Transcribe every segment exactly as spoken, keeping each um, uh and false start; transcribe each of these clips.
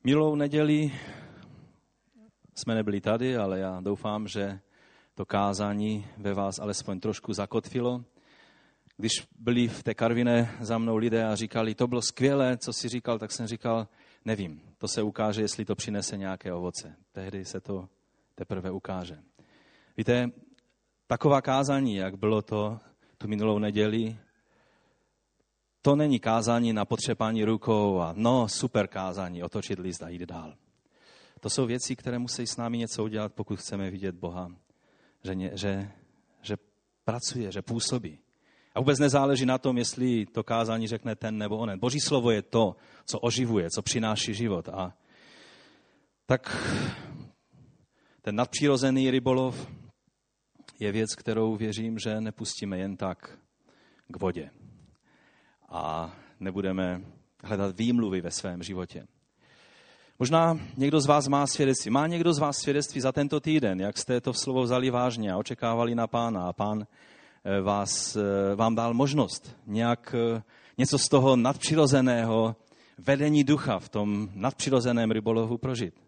Minulou neděli jsme nebyli tady, ale já doufám, že to kázání ve vás alespoň trošku zakotvilo. Když byli v té Karviné za mnou lidé a říkali, to bylo skvělé, co jsi říkal, tak jsem říkal, nevím, to se ukáže, jestli to přinese nějaké ovoce. Tehdy se to teprve ukáže. Víte, taková kázání, jak bylo to tu minulou neděli, to není kázání na potřepání rukou a no, super kázání, otočit list a jít dál. To jsou věci, které musí s námi něco udělat, pokud chceme vidět Boha, že, ně, že, že pracuje, že působí. A vůbec nezáleží na tom, jestli to kázání řekne ten nebo onen. Boží slovo je to, co oživuje, co přináší život. A tak ten nadpřirozený rybolov je věc, kterou věřím, že nepustíme jen tak k vodě. A nebudeme hledat výmluvy ve svém životě. Možná někdo z vás má svědectví. Má někdo z vás svědectví za tento týden, jak jste to slovo vzali vážně a očekávali na Pána a Pán vás, vám dal možnost nějak něco z toho nadpřirozeného vedení ducha v tom nadpřirozeném rybolovu prožít.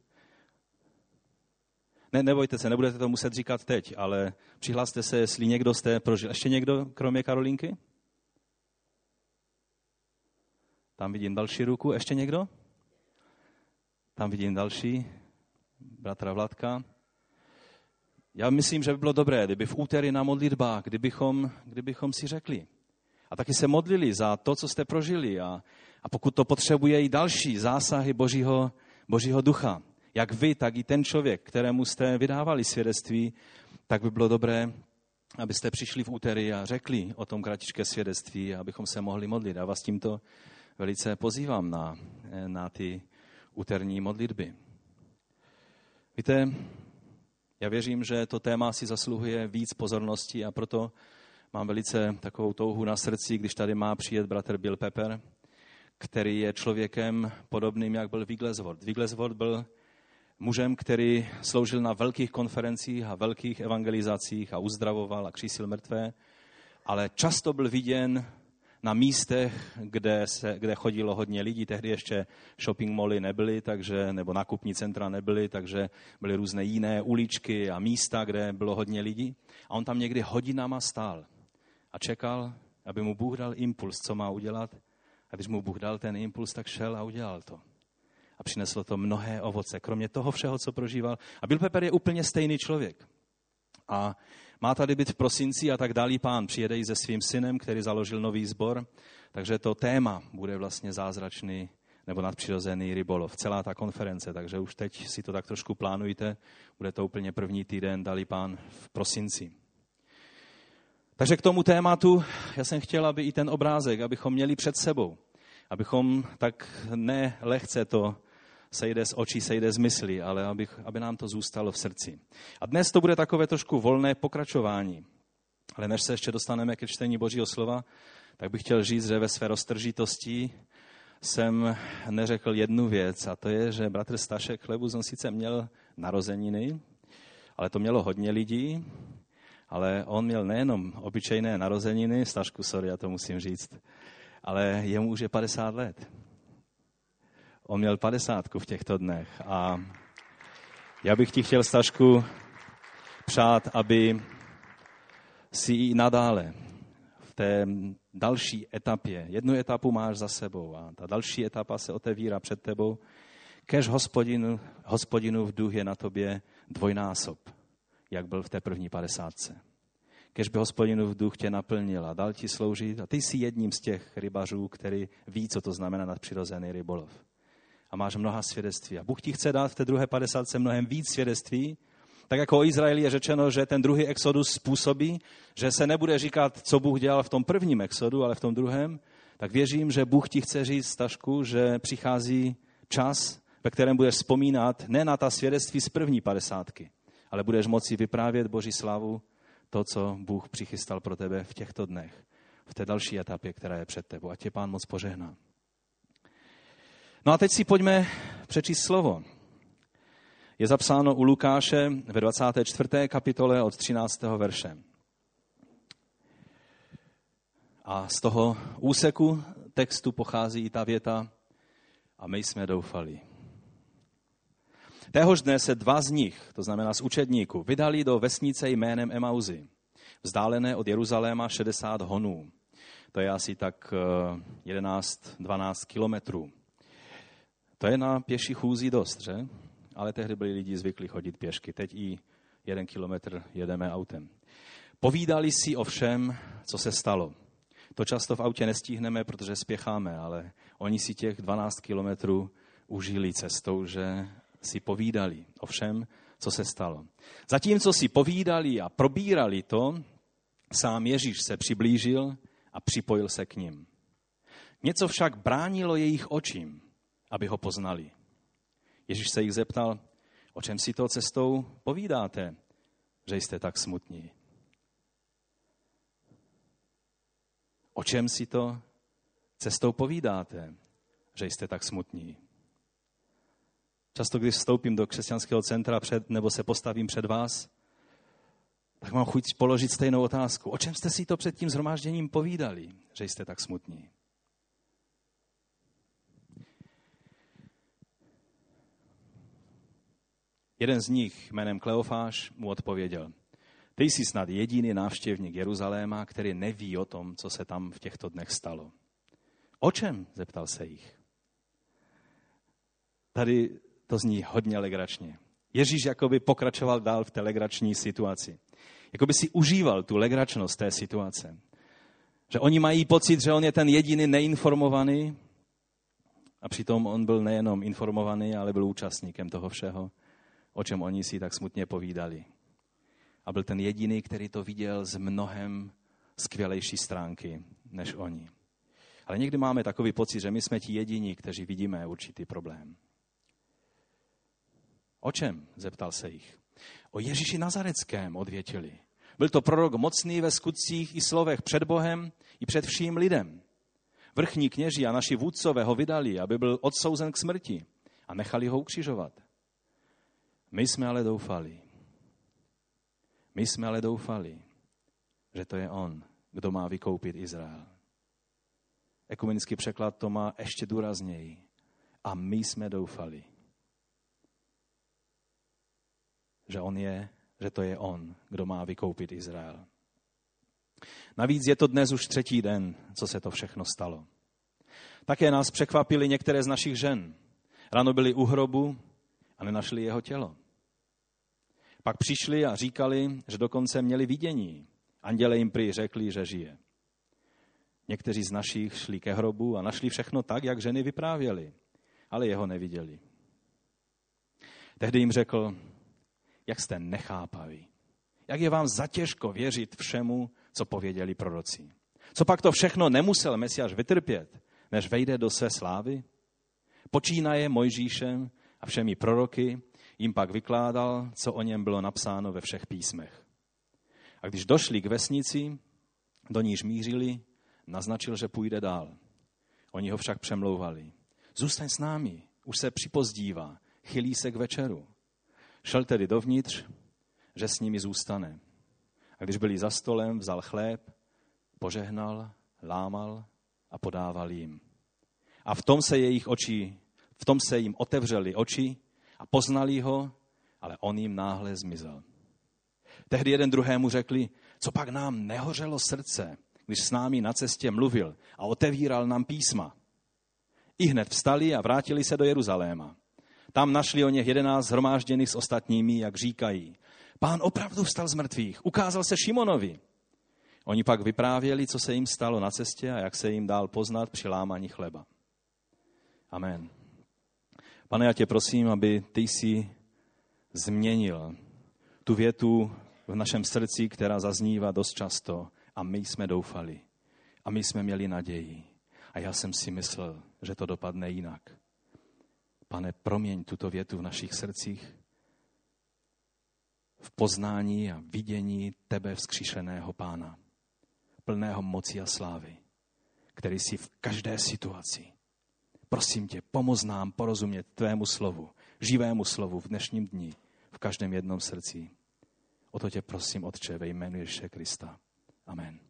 Ne, nebojte se, nebudete to muset říkat teď, ale přihlaste se, jestli někdo jste prožil. Ještě někdo, kromě Karolinky? Tam vidím další ruku. Ještě někdo? Tam vidím další. Bratra Vladka. Já myslím, že by bylo dobré, kdyby v úterý na modlitbách, kdybychom, kdybychom si řekli. A taky se modlili za to, co jste prožili. A, a pokud to potřebuje i další zásahy Božího, Božího ducha, jak vy, tak i ten člověk, kterému jste vydávali svědectví, tak by bylo dobré, abyste přišli v úterý a řekli o tom kratičké svědectví, abychom se mohli modlit. A vás tímto velice pozývám na, na ty úterní modlitby. Víte, já věřím, že to téma si zasluhuje víc pozornosti a proto mám velice takovou touhu na srdci, když tady má přijet bratr Bill Pepper, který je člověkem podobným, jak byl Wigglesworth. Wigglesworth byl mužem, který sloužil na velkých konferencích a velkých evangelizacích a uzdravoval a křísil mrtvé, ale často byl viděn na místech, kde, se, kde chodilo hodně lidí. Tehdy ještě shopping moly nebyly, takže, nebo nákupní centra nebyly, takže byly různé jiné uličky a místa, kde bylo hodně lidí. A on tam někdy hodinama stál a čekal, aby mu Bůh dal impuls, co má udělat. A když mu Bůh dal ten impuls, tak šel a udělal to. A přineslo to mnohé ovoce, kromě toho všeho, co prožíval. A Bill Pepper je úplně stejný člověk. A má tady být v prosinci a tak dálí Pán. Přijede i se svým synem, který založil nový sbor. Takže to téma bude vlastně zázračný nebo nadpřirozený rybolov. Celá ta konference, takže už teď si to tak trošku plánujte. Bude to úplně první týden, dálí Pán v prosinci. Takže k tomu tématu, já jsem chtěl, aby i ten obrázek, abychom měli před sebou. Abychom tak ne lehce to sejde z očí, sejde z myslí, ale aby, aby nám to zůstalo v srdci. A dnes to bude takové trošku volné pokračování. Ale než se ještě dostaneme ke čtení Božího slova, tak bych chtěl říct, že ve své roztržitosti jsem neřekl jednu věc, a to je, že bratr Stašek Chlebuzon sice měl narozeniny, ale to mělo hodně lidí, ale on měl nejenom obyčejné narozeniny, Stašku, sorry, já to musím říct, ale jemu už je padesát let. On měl padesátku v těchto dnech a já bych ti chtěl, Stašku, přát, aby si i nadále v té další etapě, jednu etapu máš za sebou a ta další etapa se otevírá před tebou, kež hospodinu, hospodinův duch je na tobě dvojnásob, jak byl v té první padesátce. Kež by hospodinův duch tě naplnil a dal ti sloužit a ty jsi jedním z těch rybařů, který ví, co to znamená nadpřirozený rybolov. A máš mnoha svědectví. A Bůh ti chce dát v té druhé padesátce mnohem víc svědectví. Tak jako o Izraeli je řečeno, že ten druhý exodus způsobí, že se nebude říkat, co Bůh dělal v tom prvním exodu, ale v tom druhém. Tak věřím, že Bůh ti chce říct, Stašku, že přichází čas, ve kterém budeš vzpomínat ne na ta svědectví z první padesátky, ale budeš moci vyprávět Boží slavu, to, co Bůh přichystal pro tebe v těchto dnech, v té další etapě, která je před tebou. Ať tě Pán moc požehná. No a teď si pojďme přečíst slovo. Je zapsáno u Lukáše ve dvacáté čtvrté kapitole od třináctého verše. A z toho úseku textu pochází i ta věta: a my jsme doufali. Téhož dne se dva z nich, to znamená z učedníků, vydali do vesnice jménem Emauzy, vzdálené od Jeruzaléma šedesát honů. To je asi tak jedenáct dvanáct kilometrů. To je na pěší chůzi dost, že? Ale tehdy byli lidi zvyklí chodit pěšky. Teď i jeden kilometr jedeme autem. Povídali si o všem, co se stalo. To často v autě nestihneme, protože spěcháme, ale oni si těch dvanáct kilometrů užili cestou, že si povídali o všem, co se stalo. Zatímco si povídali a probírali to, sám Ježíš se přiblížil a připojil se k nim. Něco však bránilo jejich očím, aby ho poznali. Ježíš se jich zeptal, o čem si to cestou povídáte, že jste tak smutní? O čem si to cestou povídáte, že jste tak smutní? Často, když vstoupím do křesťanského centra před, nebo se postavím před vás, tak mám chuť položit stejnou otázku. O čem jste si to před tím shromážděním povídali, že jste tak smutní? Jeden z nich jménem Kleofáš mu odpověděl, ty jsi snad jediný návštěvník Jeruzaléma, který neví o tom, co se tam v těchto dnech stalo. O čem? Zeptal se jich. Tady to zní hodně legračně. Ježíš jakoby pokračoval dál v té legrační situaci. Jakoby si užíval tu legračnost té situace. Že oni mají pocit, že on je ten jediný neinformovaný a přitom on byl nejenom informovaný, ale byl účastníkem toho všeho, o čem oni si tak smutně povídali. A byl ten jediný, který to viděl z mnohem skvělejší stránky než oni. Ale někdy máme takový pocit, že my jsme ti jediní, kteří vidíme určitý problém. O čem? Zeptal se jich. O Ježíši Nazareckém, odvětili. Byl to prorok mocný ve skutcích i slovech před Bohem i před vším lidem. Vrchní kněží a naši vůdcové ho vydali, aby byl odsouzen k smrti a nechali ho ukřižovat. My jsme ale doufali, my jsme ale doufali, že to je on, kdo má vykoupit Izrael. Ekumenický překlad to má ještě důrazněji. A my jsme doufali, že on je, že to je on, kdo má vykoupit Izrael. Navíc je to dnes už třetí den, co se to všechno stalo. Také nás překvapily některé z našich žen. Ráno byli u hrobu a nenašli jeho tělo. Pak přišli a říkali, že dokonce měli vidění. Anděle jim prý řekli, že žije. Někteří z našich šli ke hrobu a našli všechno tak, jak ženy vyprávěly, ale jeho neviděli. Tehdy jim řekl, jak jste nechápaví, jak je vám zatěžko věřit všemu, co pověděli proroci. Co pak to všechno nemusel Mesiáš vytrpět, než vejde do své slávy? Počínaje Mojžíšem a všemi proroky, jim pak vykládal, co o něm bylo napsáno ve všech písmech. A když došli k vesnici, do níž mířili, naznačil, že půjde dál. Oni ho však přemlouvali. Zůstaň s námi, už se připozdívá, chylí se k večeru. Šel tedy dovnitř, že s nimi zůstane. A když byli za stolem, vzal chléb, požehnal, lámal a podával jim. A v tom se jejich oči, v tom se jim otevřely oči a poznali ho, ale on jim náhle zmizel. Tehdy jeden druhému řekli, co pak nám nehořelo srdce, když s námi na cestě mluvil a otevíral nám písma. I hned vstali a vrátili se do Jeruzaléma. Tam našli o něch jedenáct shromážděných s ostatními, jak říkají. Pán opravdu vstal z mrtvých, ukázal se Šimonovi. Oni pak vyprávěli, co se jim stalo na cestě a jak se jim dál poznat při lámaní chleba. Amen. Pane, já tě prosím, aby ty jsi změnil tu větu v našem srdci, která zaznívá dost často. A my jsme doufali. A my jsme měli naději. A já jsem si myslel, že to dopadne jinak. Pane, proměň tuto větu v našich srdcích v poznání a vidění tebe vzkříšeného Pána, plného moci a slávy, který jsi v každé situaci. Prosím tě, pomoz nám porozumět tvému slovu, živému slovu v dnešním dni, v každém jednom srdci. O to tě prosím, Otče, ve jménu Ježíše Krista. Amen.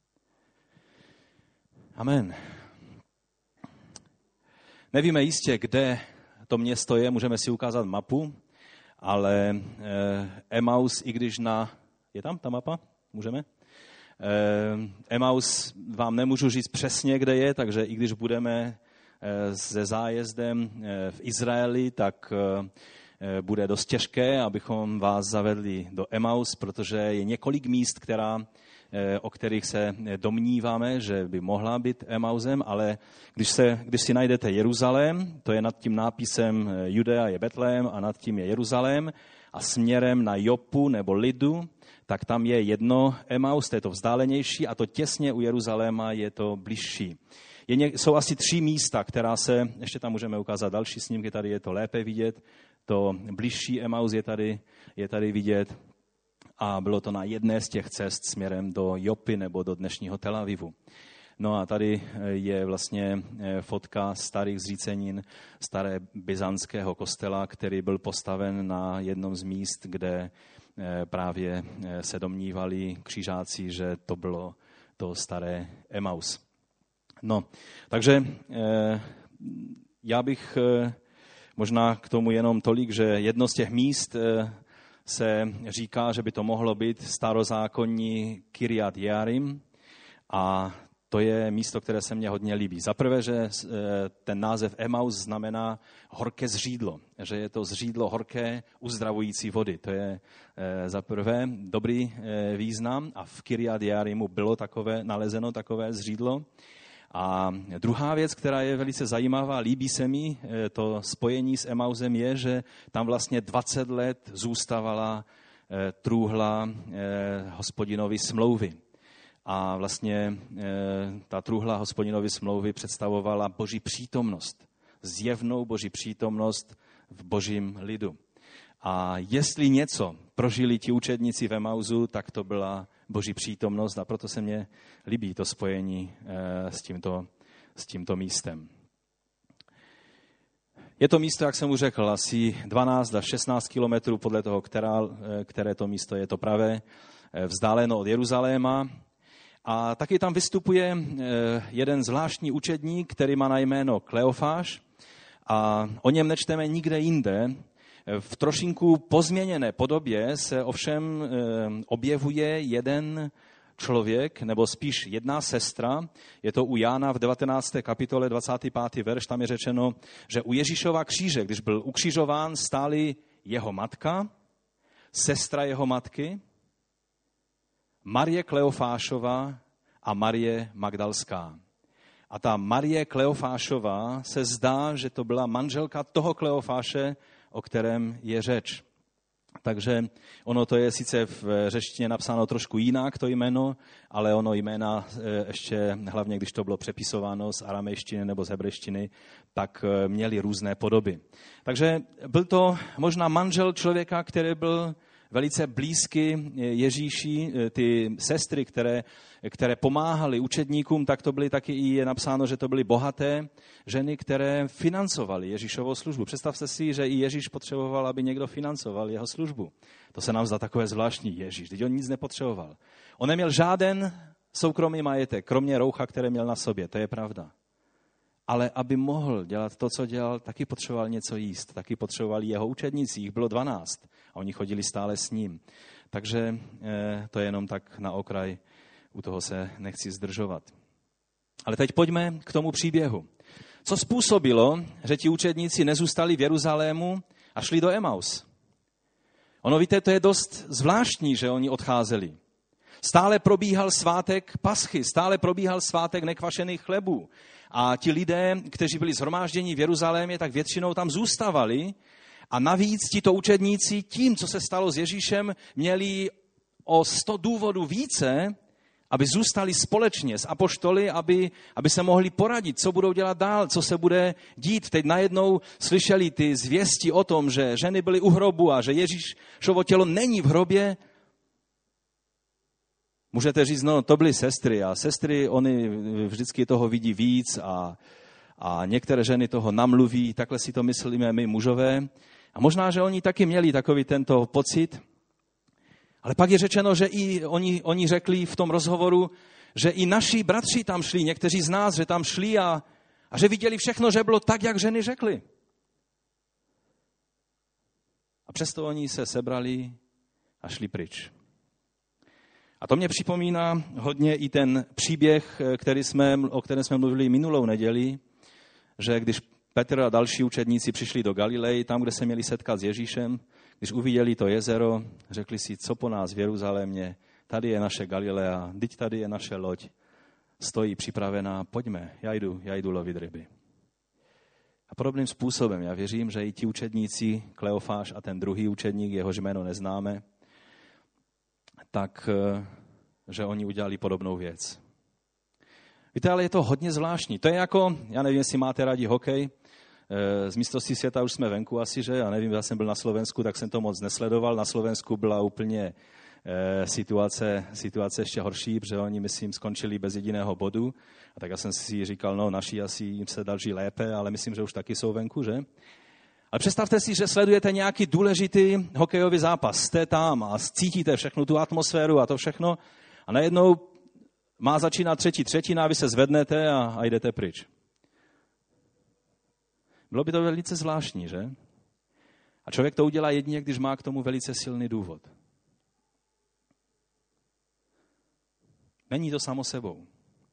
Amen. Nevíme jistě, kde to město je, můžeme si ukázat mapu, ale Emaus, i když na... Je tam ta mapa? Můžeme? Emaus vám nemůžu říct přesně, kde je, takže i když budeme se zájezdem v Izraeli, tak bude dost těžké, abychom vás zavedli do Emaus, protože je několik míst, která, o kterých se domníváme, že by mohla být Emausem, ale když, se, když si najdete Jeruzalém, to je nad tím nápisem Judea je Betlém a nad tím je Jeruzalém a směrem na Jopu nebo Lidu, tak tam je jedno Emaus, to je to vzdálenější a to těsně u Jeruzaléma je to bližší. Je ně, jsou asi tři místa, která se, ještě tam můžeme ukázat další snímky, tady je to lépe vidět, to bližší Emaus je tady, je tady vidět a bylo to na jedné z těch cest směrem do Jopy nebo do dnešního Tel Avivu. No a tady je vlastně fotka starých zřícenin staré byzantského kostela, který byl postaven na jednom z míst, kde právě se domnívali křižáci, že to bylo to staré Emaus. No, takže já bych možná k tomu jenom tolik, že jedno z těch míst se říká, že by to mohlo být starozákonní Kirjat Jearim a to je místo, které se mně hodně líbí. Za prvé, že ten název Emaus znamená horké zřídlo, že je to zřídlo horké uzdravující vody. To je za prvé dobrý význam a v Kirjat Jearimu bylo takové, nalezeno takové zřídlo. A druhá věc, která je velice zajímavá, líbí se mi, to spojení s Emausem je, že tam vlastně dvacet let zůstávala trůhla Hospodinovy smlouvy. A vlastně ta trůhla Hospodinovy smlouvy představovala Boží přítomnost, zjevnou Boží přítomnost v Božím lidu. A jestli něco prožili ti učedníci v Emausu, tak to byla Boží přítomnost a proto se mně líbí to spojení s tímto, s tímto místem. Je to místo, jak jsem už řekl, asi dvanáct až šestnáct kilometrů podle toho, která, které to místo je to pravé, vzdáleno od Jeruzaléma. A taky tam vystupuje jeden zvláštní učedník, který má na jméno Kleofáš a o něm nečteme nikde jinde. V trošinku pozměněné podobě se ovšem objevuje jeden člověk, nebo spíš jedna sestra. Je to u Jána v devatenácté kapitole dvacátý pátý verš, tam je řečeno, že u Ježíšova kříže, když byl ukřižován, stály jeho matka, sestra jeho matky, Marie Kleofášová a Marie Magdalská. A ta Marie Kleofášová se zdá, že to byla manželka toho Kleofáše, o kterém je řeč. Takže ono to je sice v řečtině napsáno trošku jinak, to jméno, ale ono jména ještě, hlavně když to bylo přepisováno z aramejštiny nebo z hebrejštiny, tak měly různé podoby. Takže byl to možná manžel člověka, který byl velice blízky Ježíši, ty sestry, které, které pomáhaly učedníkům, tak to byly taky i je napsáno, že to byly bohaté ženy, které financovaly Ježíšovou službu. Představte si, že i Ježíš potřeboval, aby někdo financoval jeho službu. To se nám zdá takové zvláštní. Ježíš, teď on nic nepotřeboval. On neměl žáden soukromý majetek, kromě roucha, které měl na sobě, to je pravda. Ale aby mohl dělat to, co dělal, taky potřeboval něco jíst. Taky potřebovali jeho učedníci, jich bylo dvanáct a oni chodili stále s ním. Takže eh, to je jenom tak na okraj, u toho se nechci zdržovat. Ale teď pojďme k tomu příběhu. Co způsobilo, že ti učedníci nezůstali v Jeruzalému a šli do Emaus? Ono, víte, to je dost zvláštní, že oni odcházeli. Stále probíhal svátek Paschy, stále probíhal svátek nekvašených chlebů. A ti lidé, kteří byli shromážděni v Jeruzalémě, tak většinou tam zůstávali. A navíc tito učedníci tím, co se stalo s Ježíšem, měli o sto důvodů více, aby zůstali společně s apoštoly, aby, aby se mohli poradit, co budou dělat dál, co se bude dít. Teď najednou slyšeli ty zvěsti o tom, že ženy byly u hrobu a že Ježíšovo tělo není v hrobě. Můžete říct, no to byly sestry a sestry, oni vždycky toho vidí víc a, a některé ženy toho namluví, takhle si to myslíme my mužové. A možná, že oni taky měli takový tento pocit, ale pak je řečeno, že i oni, oni řekli v tom rozhovoru, že i naši bratři tam šli, někteří z nás, že tam šli a, a že viděli všechno, že bylo tak, jak ženy řekly. A přesto oni se sebrali a šli pryč. A to mě připomíná hodně i ten příběh, který jsme, o kterém jsme mluvili minulou neděli, že když Petr a další učedníci přišli do Galilei, tam, kde se měli setkat s Ježíšem, když uviděli to jezero, řekli si, co po nás v Jeruzalémě, tady je naše Galilea, teď tady je naše loď, stojí připravená, pojďme, já jdu, já jdu lovit ryby. A podobným způsobem, já věřím, že i ti učedníci, Kleofáš a ten druhý učedník, jehož jméno neznáme, tak, že oni udělali podobnou věc. Víte, ale je to hodně zvláštní. To je jako, já nevím, jestli máte rádi hokej, z mistrovství světa už jsme venku asi, že? Já nevím, já jsem byl na Slovensku, tak jsem to moc nesledoval. Na Slovensku byla úplně e, situace, situace ještě horší, protože oni, myslím, skončili bez jediného bodu. A tak já jsem si říkal, no, naši asi jim se daří lépe, ale myslím, že už taky jsou venku, že? Ale představte si, že sledujete nějaký důležitý hokejový zápas. Jste tam a cítíte všechnu tu atmosféru a to všechno. A najednou má začínat třetí třetina, vy se zvednete a, a jdete pryč. Bylo by to velice zvláštní, že? A člověk to udělá jedině, když má k tomu velice silný důvod. Není to samo sebou.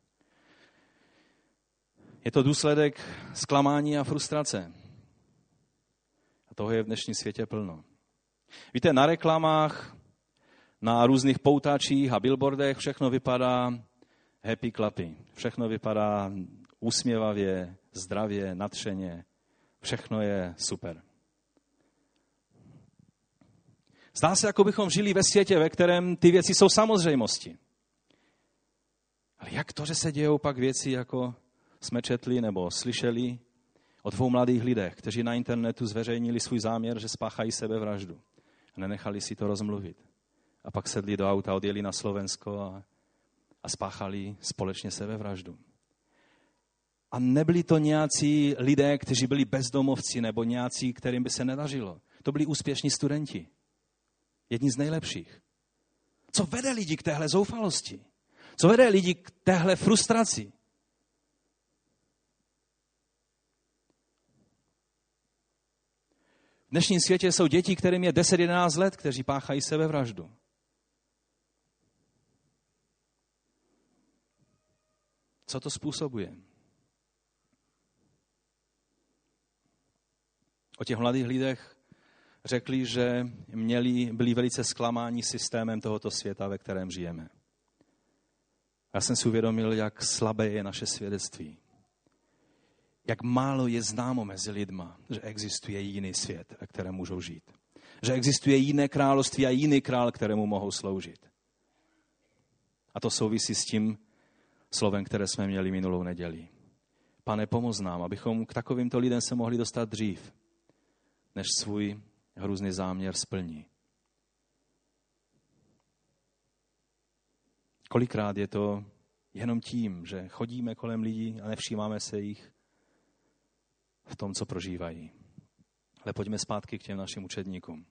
Je to důsledek zklamání a frustrace. A toho je v dnešním světě plno. Víte, na reklamách, na různých poutačích a billboardech všechno vypadá happy clappy. Všechno vypadá úsměvavě, zdravě, nadšeně. Všechno je super. Zdá se, jako bychom žili ve světě, ve kterém ty věci jsou samozřejmosti. Ale jak to, že se dějou pak věci, jako jsme četli nebo slyšeli o dvou mladých lidech, kteří na internetu zveřejnili svůj záměr, že spáchají sebevraždu. A nenechali si to rozmluvit. A pak sedli do auta, odjeli na Slovensko a, a spáchali společně sebevraždu. A nebyli to nějací lidé, kteří byli bezdomovci nebo nějací, kterým by se nedařilo. To byli úspěšní studenti. Jedni z nejlepších. Co vede lidi k téhle zoufalosti? Co vede lidi k téhle frustraci? V dnešním světě jsou děti, kterým je deset jedenáct let, kteří páchají sebevraždu. Co to způsobuje? O těch mladých lidech řekli, že měli, byli velice zklamáni systémem tohoto světa, ve kterém žijeme. Já jsem si uvědomil, jak slabé je naše svědectví. Jak málo je známo mezi lidma, že existuje jiný svět, ve kterém můžou žít. Že existuje jiné království a jiný král, kterému mohou sloužit. A to souvisí s tím slovem, které jsme měli minulou neděli. Pane, pomoz nám, abychom k takovýmto lidem se mohli dostat dřív, než svůj hrůzný záměr splní. Kolikrát je to jenom tím, že chodíme kolem lidí a nevšímáme se jich v tom, co prožívají. Ale pojďme zpátky k těm našim učedníkům.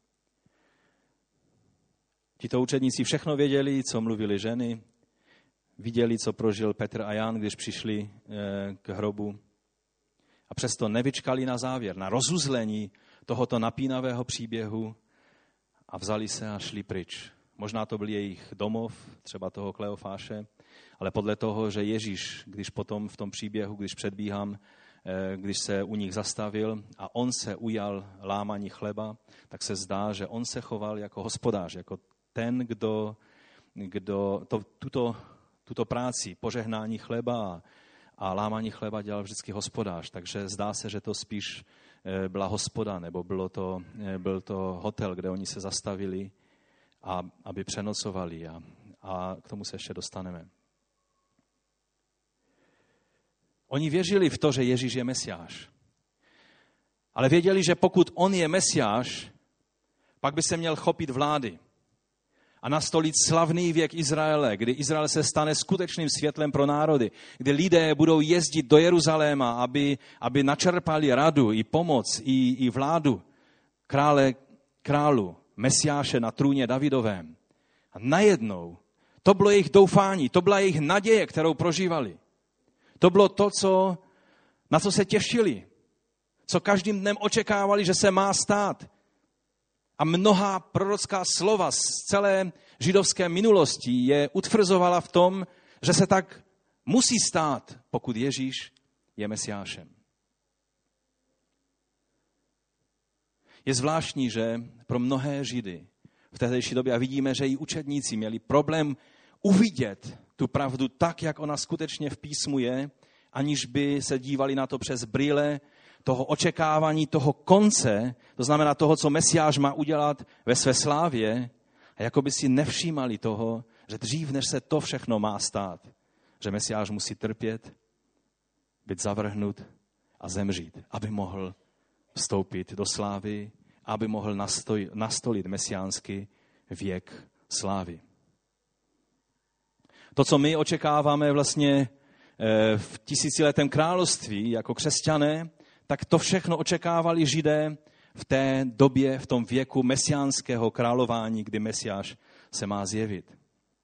Tito učedníci všechno věděli, co mluvili ženy, viděli, co prožil Petr a Jan, když přišli k hrobu. A přesto nevyčkali na závěr, na rozuzlení tohoto napínavého příběhu a vzali se a šli pryč. Možná to byl jejich domov, třeba toho Kleofáše, ale podle toho, že Ježíš, když potom v tom příběhu, když předbíhám, když se u nich zastavil a on se ujal lámaní chleba, tak se zdá, že on se choval jako hospodář, jako ten, kdo, kdo to, tuto, tuto práci, požehnání chleba a, a lámaní chleba dělal vždycky hospodář. Takže zdá se, že to spíš byla hospoda, nebo bylo to, byl to hotel, kde oni se zastavili, a, aby přenocovali. A, a k tomu se ještě dostaneme. Oni věřili v to, že Ježíš je Mesiáš. Ale věděli, že pokud on je Mesiáš, pak by se měl chopit vlády a nastolit slavný věk Izraele, kdy Izrael se stane skutečným světlem pro národy, kdy lidé budou jezdit do Jeruzaléma, aby, aby načerpali radu i pomoc, i, i vládu krále, králu, Mesiáše na trůně Davidovém. A najednou to bylo jejich doufání, to byla jejich naděje, kterou prožívali. To bylo to, co, na co se těšili, co každým dnem očekávali, že se má stát. a mnohá prorocká slova z celé židovské minulosti je utvrzovala v tom, že se tak musí stát, pokud Ježíš je Mesiášem. Je zvláštní, že pro mnohé Židy v tehdejší době, a vidíme, že i učedníci měli problém uvidět tu pravdu tak, jak ona skutečně v písmu je, aniž by se dívali na to přes brýle toho očekávání, toho konce, to znamená toho, co Mesiáš má udělat ve své slávě, a jako by si nevšímali toho, že dřív, než se to všechno má stát, že Mesiáš musí trpět, být zavrhnut a zemřít, aby mohl vstoupit do slávy, aby mohl nastoj, nastolit mesiánský věk slávy. To, co my očekáváme vlastně v tisíciletém království jako křesťané, tak to všechno očekávali Židé v té době, v tom věku mesiánského králování, kdy Mesiáš se má zjevit.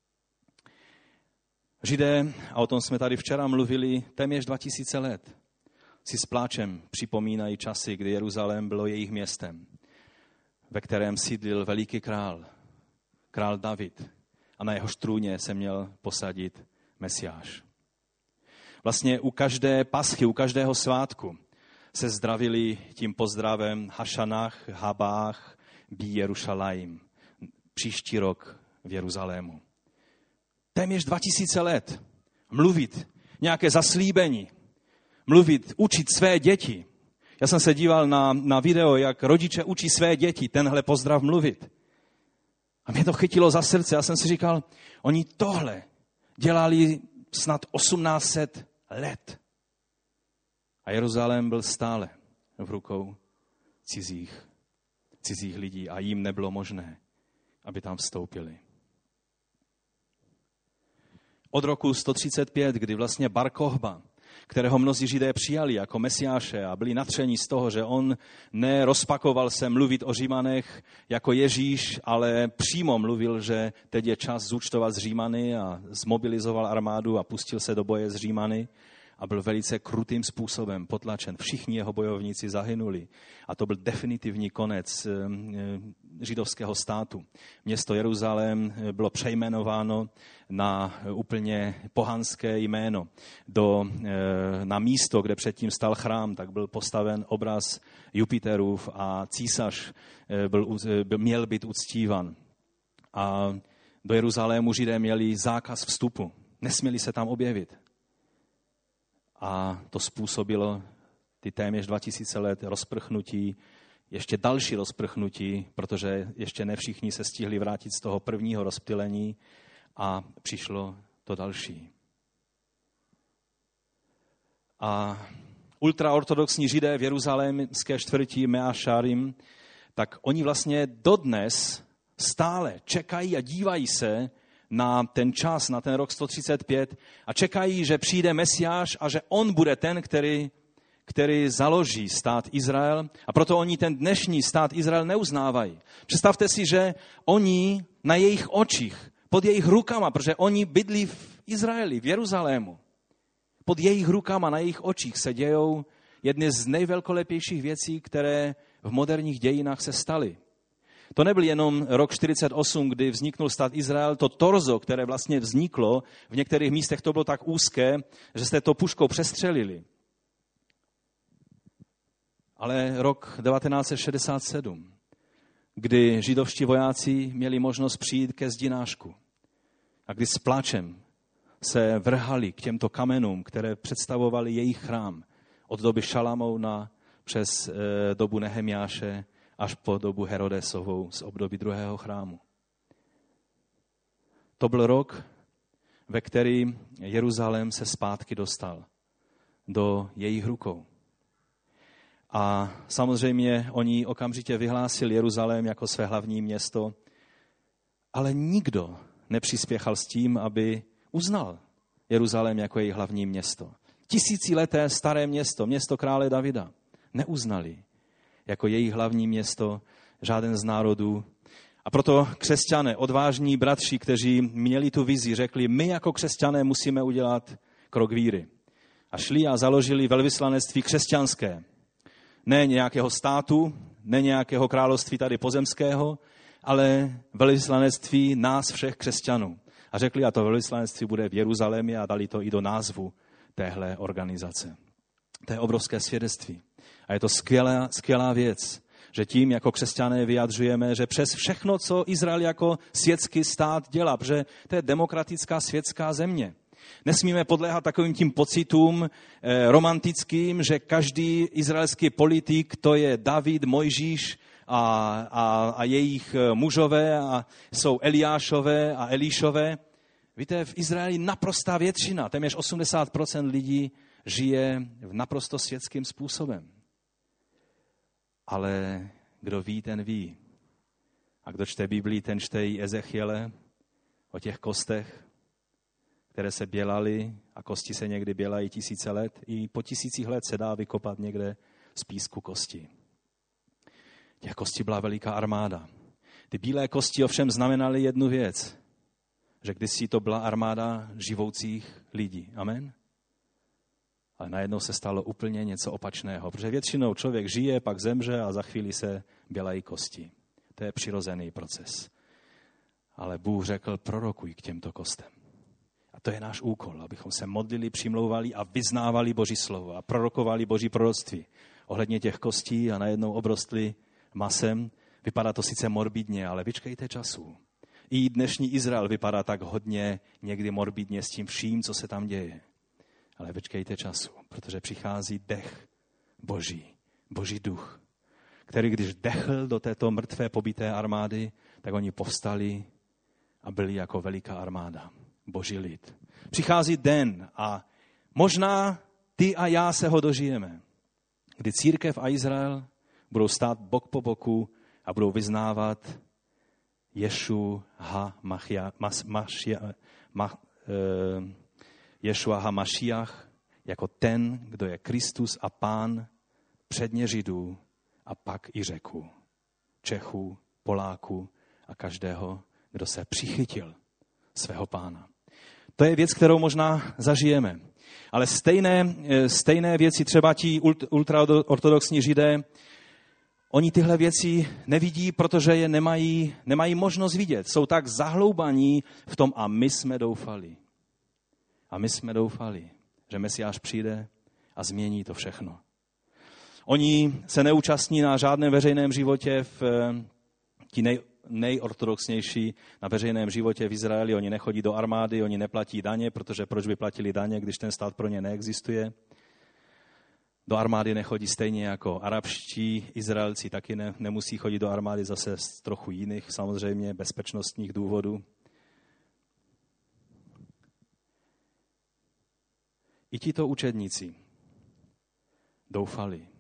Židé, a o tom jsme tady včera mluvili, téměř dva tisíce let, si s pláčem připomínají časy, kdy Jeruzalém bylo jejich městem, ve kterém sídlil veliký král, král David, a na jehož trůně se měl posadit Mesiáš. Vlastně u každé paschy, u každého svátku se zdravili tím pozdravem Hašanach, Habách, Bí Jerušalajim. Příští rok v Jeruzalému. Téměř dva tisíce let mluvit, nějaké zaslíbení, mluvit, učit své děti. Já jsem se díval na, na video, jak rodiče učí své děti tenhle pozdrav mluvit. A mě to chytilo za srdce. Já jsem si říkal, oni tohle dělali snad osmnáct set let. A Jeruzalém byl stále v rukou cizích, cizích lidí a jim nebylo možné, aby tam vstoupili. Od roku sto třicet pět, kdy vlastně Bar Kochba, kterého mnozí Židé přijali jako Mesiáše a byli natření z toho, že on nerozpakoval se mluvit o Římanech jako Ježíš, ale přímo mluvil, že teď je čas zúčtovat s Římany a zmobilizoval armádu a pustil se do boje s Římany a byl velice krutým způsobem potlačen. Všichni jeho bojovníci zahynuli a to byl definitivní konec židovského státu. Město Jeruzalém bylo přejmenováno na úplně pohanské jméno. Do, na místo, kde předtím stal chrám, tak byl postaven obraz Jupiterův a císař byl, byl, měl být uctívan. A do Jeruzalému Židé měli zákaz vstupu. Nesměli se tam objevit. A to způsobilo ty téměř dva tisíce let rozprchnutí, ještě další rozprchnutí, protože ještě ne všichni se stihli vrátit z toho prvního rozptylení a přišlo to další. A ultraortodoxní Židé v jeruzalémské čtvrti Mea Šarim, tak oni vlastně dodnes stále čekají a dívají se na ten čas, na ten rok sto třicet pět a čekají, že přijde Mesiáš a že on bude ten, který, který založí stát Izrael. A proto oni ten dnešní stát Izrael neuznávají. Představte si, že oni na jejich očích, pod jejich rukama, protože oni bydlí v Izraeli, v Jeruzalému, pod jejich rukama, na jejich očích se dějou jedny z nejvelkolepějších věcí, které v moderních dějinách se staly. To nebyl jenom rok čtyřicet osm, kdy vzniknul stát Izrael, to torzo, které vlastně vzniklo, v některých místech to bylo tak úzké, že jste to puškou přestřelili. Ale rok devatenáct set šedesát sedm, kdy židovští vojáci měli možnost přijít ke zdinářku a kdy s pláčem se vrhali k těmto kamenům, které představovaly jejich chrám od doby Šalamouna přes e, dobu Nehemiáše až po dobu Herodesovou z období druhého chrámu. To byl rok, ve který Jeruzalém se zpátky dostal do jejich rukou. A samozřejmě oni okamžitě vyhlásili Jeruzalém jako své hlavní město, ale nikdo nepřispěchal s tím, aby uznal Jeruzalém jako jejich hlavní město. Tisícileté staré město, město krále Davida, neuznali jako jejich hlavní město žáden z národů. A proto křesťané, odvážní bratři, kteří měli tu vizi, řekli, my jako křesťané musíme udělat krok víry. A šli a založili velvyslanectví křesťanské. Ne nějakého státu, ne nějakého království tady pozemského, ale velvyslanectví nás všech křesťanů. A řekli, a to velvyslanectví bude v Jeruzalémě a dali to i do názvu téhle organizace. To je obrovské svědectví. A je to skvělá, skvělá věc, že tím jako křesťané vyjadřujeme, že přes všechno, co Izrael jako světský stát dělá, protože to je demokratická světská země. Nesmíme podléhat takovým tím pocitům eh, romantickým, že každý izraelský politik, to je David, Mojžíš a, a, a jejich mužové, a jsou Eliášové a Elíšové. Víte, v Izraeli naprostá většina, téměř osmdesát procent lidí žije v naprosto světským způsobem. Ale kdo ví, ten ví. A kdo čte Biblii, ten čte i Ezechiele o těch kostech, které se bělaly, a kosti se někdy bělají tisíce let. I po tisících let se dá vykopat někde z písku kosti. Těch kostí byla veliká armáda. Ty bílé kosti ovšem znamenaly jednu věc, že kdysi to byla armáda živoucích lidí. Amen? Ale najednou se stalo úplně něco opačného, protože většinou člověk žije, pak zemře a za chvíli se bělají kosti. To je přirozený proces. Ale Bůh řekl, prorokuj k těmto kostem. A to je náš úkol, abychom se modlili, přimlouvali a vyznávali Boží slovo a prorokovali Boží proroctví ohledně těch kostí a najednou obrostli masem. Vypadá to sice morbidně, ale vyčkejte času. I dnešní Izrael vypadá tak hodně někdy morbidně s tím vším, co se tam děje. Ale vyčkejte času, protože přichází dech Boží, Boží duch, který když dechl do této mrtvé pobité armády, tak oni povstali a byli jako veliká armáda, Boží lid. Přichází den a možná ty a já se ho dožijeme, kdy církev a Izrael budou stát bok po boku a budou vyznávat Ješu ha Machia, mas, mašia, ma, e, Ješua ha Mašiach jako ten, kdo je Kristus a Pán předně Židů a pak i Řeků, Čechů, Poláků a každého, kdo se přichytil svého Pána. To je věc, kterou možná zažijeme. Ale stejné, stejné věci, třeba ti ultraortodoxní Židé, oni tyhle věci nevidí, protože je nemají, nemají možnost vidět. Jsou tak zahloubaní v tom a my jsme doufali. A my jsme doufali, že Mesiáš přijde a změní to všechno. Oni se neúčastní na žádném veřejném životě, v, ti nej, nejortodoxnější na veřejném životě v Izraeli. Oni nechodí do armády, oni neplatí daně, protože proč by platili daně, když ten stát pro ně neexistuje. Do armády nechodí stejně jako arabští Izraelci, taky ne, nemusí chodit do armády zase z trochu jiných, samozřejmě bezpečnostních důvodů. I tito učedníci doufali.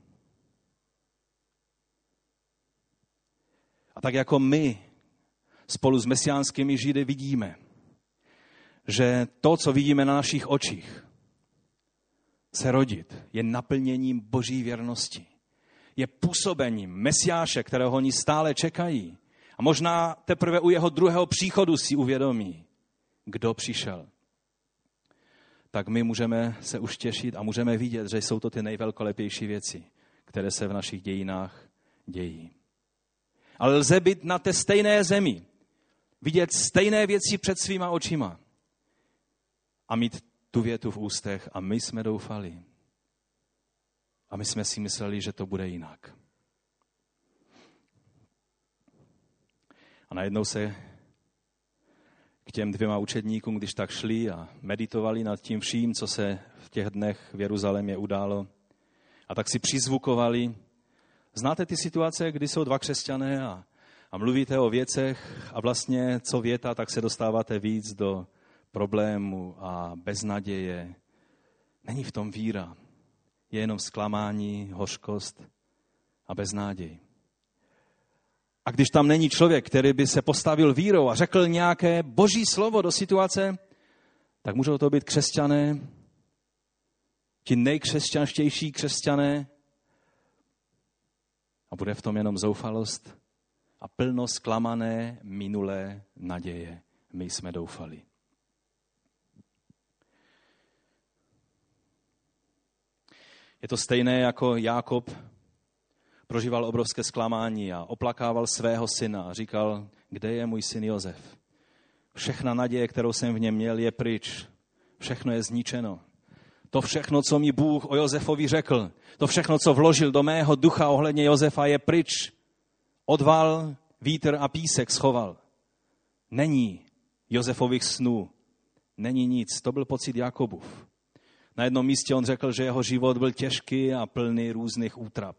A tak jako my spolu s mesiánskými Židy vidíme, že to, co vidíme na našich očích, se rodit, je naplněním Boží věrnosti. Je působením Mesiáše, kterého oni stále čekají. A možná teprve u jeho druhého příchodu si uvědomí, kdo přišel. Tak my můžeme se už těšit a můžeme vidět, že jsou to ty nejvelkolepější věci, které se v našich dějinách dějí. Ale lze být na té stejné zemi, vidět stejné věci před svýma očima a mít tu větu v ústech a my jsme doufali. A my jsme si mysleli, že to bude jinak. A najednou se k těm dvěma učedníkům, když tak šli a meditovali nad tím vším, co se v těch dnech v Jeruzalémě událo, a tak si přizvukovali. Znáte ty situace, kdy jsou dva křesťané a, a mluvíte o věcech a vlastně co věta, tak se dostáváte víc do problému a beznaděje. Není v tom víra. Je jenom zklamání, hořkost a beznáděj. A když tam není člověk, který by se postavil vírou a řekl nějaké boží slovo do situace, tak můžou to být křesťané, ti nejkřesťanštější křesťané, a bude v tom jenom zoufalost a plno zklamané minulé naděje. My jsme doufali. Je to stejné jako Jákob prožíval obrovské zklamání a oplakával svého syna a říkal, kde je můj syn Josef? Všechna naděje, kterou jsem v něm měl, je pryč. Všechno je zničeno. To všechno, co mi Bůh o Josefovi řekl, to všechno, co vložil do mého ducha ohledně Josefa, je pryč. Odval, vítr a písek schoval. Není Josefových snů. Není nic. To byl pocit Jakobův. Na jednom místě on řekl, že jeho život byl těžký a plný různých útrap.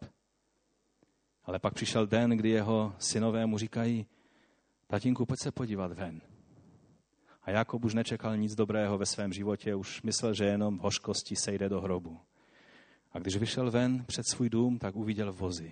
Ale pak přišel den, kdy jeho synové mu říkají, tatínku, pojď se podívat ven. A Jakob už nečekal nic dobrého ve svém životě, už myslel, že jenom v hořkosti sejde do hrobu. A když vyšel ven před svůj dům, tak uviděl vozy.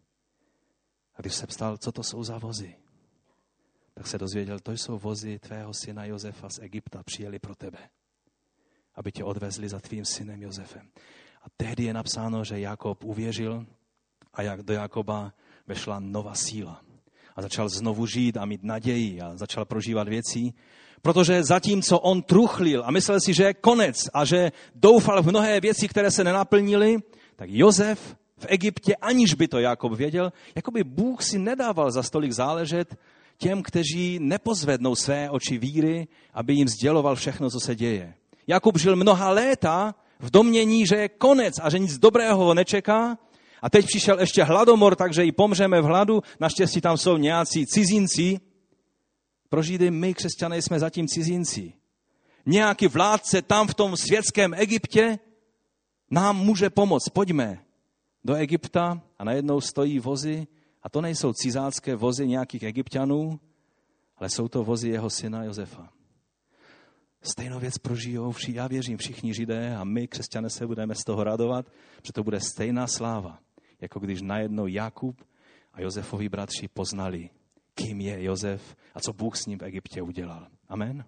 A když se ptal, co to jsou za vozy, tak se dozvěděl, to jsou vozy tvého syna Josefa z Egypta, přijeli pro tebe, aby tě odvezli za tvým synem Josefem. A tehdy je napsáno, že Jakob uvěřil a jak do Jakoba vešla nová síla. A začal znovu žít a mít naději a začal prožívat věcí, protože zatímco on truchlil a myslel si, že je konec a že doufal v mnohé věci, které se nenaplnily, tak Josef v Egyptě, aniž by to Jakob věděl, jako by Bůh si nedával za stolik záležet těm, kteří nepozvednou své oči víry, aby jim sděloval všechno, co se děje. Jakub žil mnoha léta v domnění, že je konec a že nic dobrého ho nečeká. A teď přišel ještě hladomor, takže i pomřeme v hladu. Naštěstí tam jsou nějací cizinci. Pro Židy my, křesťané, jsme zatím cizinci. Nějaký vládce tam v tom světském Egyptě nám může pomoct. Pojďme do Egypta a najednou stojí vozy. A to nejsou cizácké vozy nějakých Egypťanů, ale jsou to vozy jeho syna Josefa. Stejnou věc prožijou, já věřím, všichni Židé a my, křesťané, se budeme z toho radovat, že to bude stejná sláva, jako když najednou Jakub a Josefovi bratři poznali, kým je Josef a co Bůh s ním v Egyptě udělal. Amen.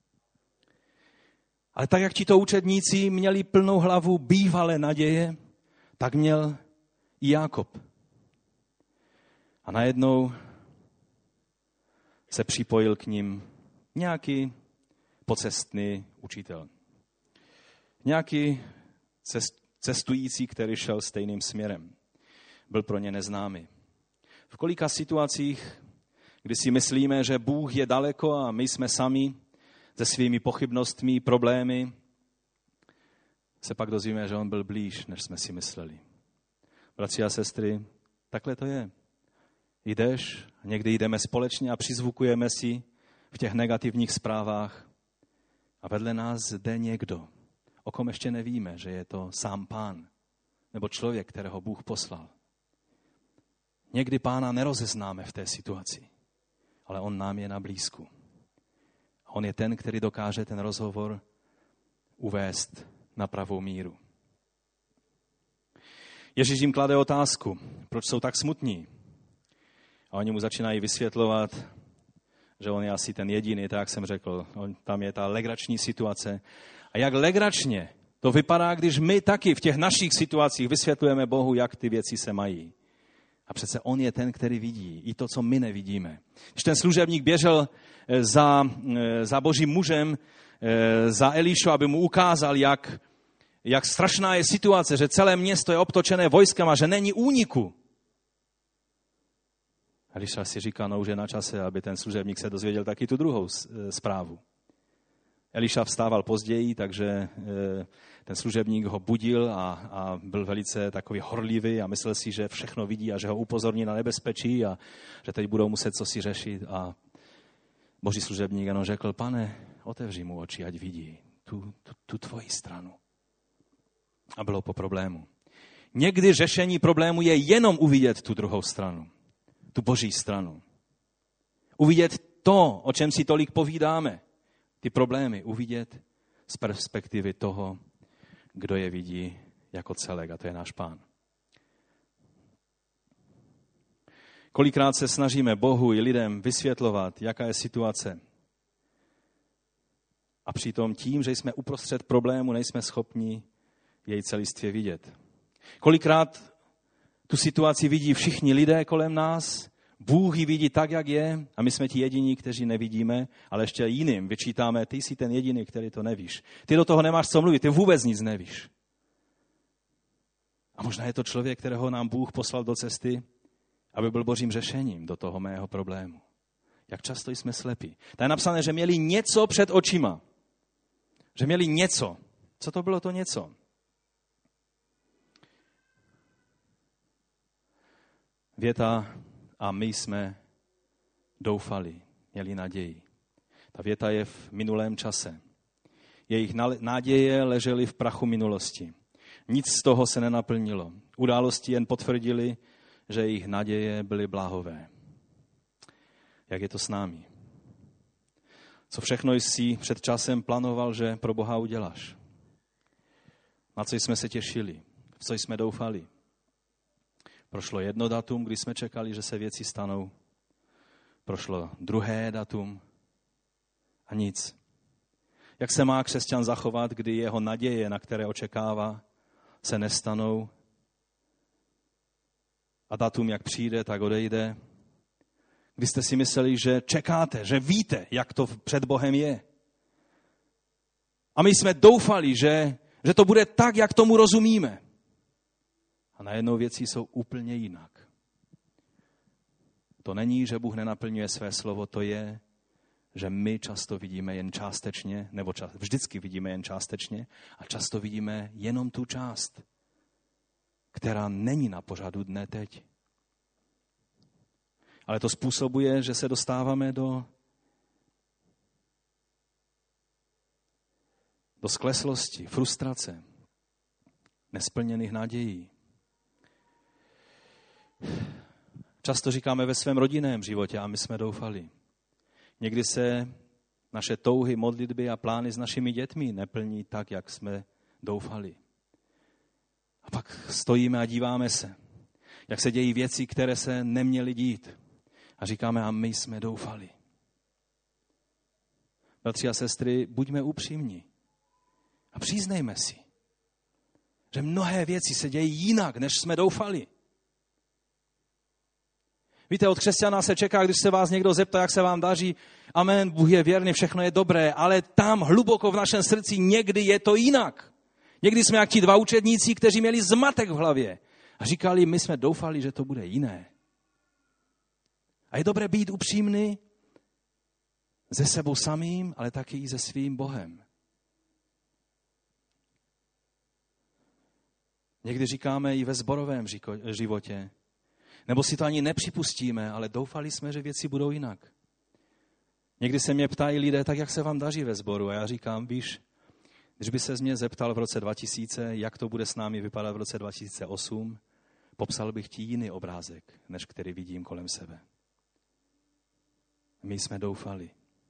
Ale tak, jak tito učedníci měli plnou hlavu bývalé naděje, tak měl i Jakob. A najednou se připojil k ním nějaký pocestný učitel. Nějaký cestující, který šel stejným směrem. Byl pro ně neznámý. V kolika situacích, kdy si myslíme, že Bůh je daleko a my jsme sami se svými pochybnostmi, problémy, se pak dozvíme, že on byl blíž, než jsme si mysleli. Bratři a sestry, takhle to je. Jdeš, někdy jdeme společně a přizvukujeme si v těch negativních zprávách a vedle nás jde někdo, o kom ještě nevíme, že je to sám Pán nebo člověk, kterého Bůh poslal. Někdy Pána nerozeznáme v té situaci, ale on nám je na blízku. On je ten, který dokáže ten rozhovor uvést na pravou míru. Ježíš jim klade otázku, proč jsou tak smutní. A oni mu začínají vysvětlovat, že on je asi ten jediný, tak jak jsem řekl. On, tam je ta legrační situace. A jak legračně to vypadá, když my taky v těch našich situacích vysvětlujeme Bohu, jak ty věci se mají. A přece on je ten, který vidí i to, co my nevidíme. Když ten služebník běžel za, za božím mužem, za Elišou, aby mu ukázal, jak, jak strašná je situace, že celé město je obtočené vojskem a že není úniku. Eliša si říká, no už je na čase, aby ten služebník se dozvěděl taky tu druhou zprávu. Eliša vstával později, takže ten služebník ho budil a, a byl velice takový horlivý a myslel si, že všechno vidí a že ho upozorní na nebezpečí a že teď budou muset co si řešit. A boží služebník jenom řekl, pane, otevři mu oči, ať vidí tu, tu, tu tvoji stranu. A bylo po problému. Někdy řešení problému je jenom uvidět tu druhou stranu, tu boží stranu. Uvidět to, o čem si tolik povídáme, ty problémy, uvidět z perspektivy toho, kdo je vidí jako celek, a to je náš Pán. Kolikrát se snažíme Bohu i lidem vysvětlovat, jaká je situace. A přitom tím, že jsme uprostřed problému, nejsme schopni jej celistvě vidět. Kolikrát tu situaci vidí všichni lidé kolem nás, Bůh ji vidí tak, jak je, a my jsme ti jediní, kteří nevidíme, ale ještě jiným vyčítáme, ty jsi ten jediný, který to nevíš. Ty do toho nemáš co mluvit, ty vůbec nic nevíš. A možná je to člověk, kterého nám Bůh poslal do cesty, aby byl božím řešením do toho mého problému. Jak často jsme slepí. Tady je napsané, že měli něco před očima. Že měli něco. Co to bylo to něco? Věta a my jsme doufali, měli naději. Ta věta je v minulém čase. Jejich naděje ležely v prachu minulosti. Nic z toho se nenaplnilo. Události jen potvrdili, že jejich naděje byly bláhové. Jak je to s námi? Co všechno jsi před časem plánoval, že pro Boha uděláš? Na co jsme se těšili? V co jsme doufali? Prošlo jedno datum, kdy jsme čekali, že se věci stanou. Prošlo druhé datum a nic. Jak se má křesťan zachovat, kdy jeho naděje, na které očekává, se nestanou a datum, jak přijde, tak odejde? Když jste si mysleli, že čekáte, že víte, jak to před Bohem je. A my jsme doufali, že, že to bude tak, jak tomu rozumíme. A najednou věci jsou úplně jinak. To není, že Bůh nenaplňuje své slovo, to je, že my často vidíme jen částečně, nebo čas, vždycky vidíme jen částečně a často vidíme jenom tu část, která není na pořadu dne teď. Ale to způsobuje, že se dostáváme do, do skleslosti, frustrace, nesplněných nadějí. Často říkáme ve svém rodinném životě a my jsme doufali. Někdy se naše touhy, modlitby a plány s našimi dětmi neplní tak, jak jsme doufali. A pak stojíme a díváme se, jak se dějí věci, které se neměly dít. A říkáme, a my jsme doufali. Bratři a sestry, buďme upřímní a přiznejme si, že mnohé věci se dějí jinak, než jsme doufali. Víte, od křesťana se čeká, když se vás někdo zeptá, jak se vám daří, amen, Bůh je věrný, všechno je dobré, ale tam hluboko v našem srdci někdy je to jinak. Někdy jsme jak ti dva učedníci, kteří měli zmatek v hlavě a říkali, my jsme doufali, že to bude jiné. A je dobré být upřímný se sebou samým, ale taky i se svým Bohem. Někdy říkáme i ve sborovém životě, nebo si to ani nepřipustíme, ale doufali jsme, že věci budou jinak. Někdy se mě ptají lidé, tak jak se vám daří ve sboru? A já říkám, víš, když by se mě zeptal v roce dva tisíce, jak to bude s námi vypadat v roce dva tisíce osm, popsal bych ti jiný obrázek, než který vidím kolem sebe. My jsme doufali.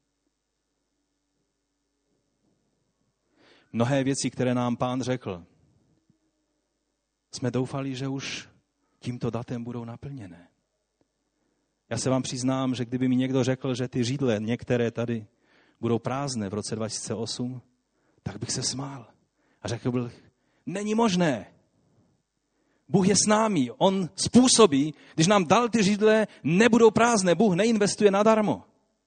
Mnohé věci, které nám Pán řekl, jsme doufali, že už tímto datem budou naplněné. Já se vám přiznám, že kdyby mi někdo řekl, že ty židle, některé tady, budou prázdné v roce dva tisíce osm, tak bych se smál. A řekl bych, není možné. Bůh je s námi. On způsobí, když nám dal ty židle, nebudou prázdné. Bůh neinvestuje nadarmo.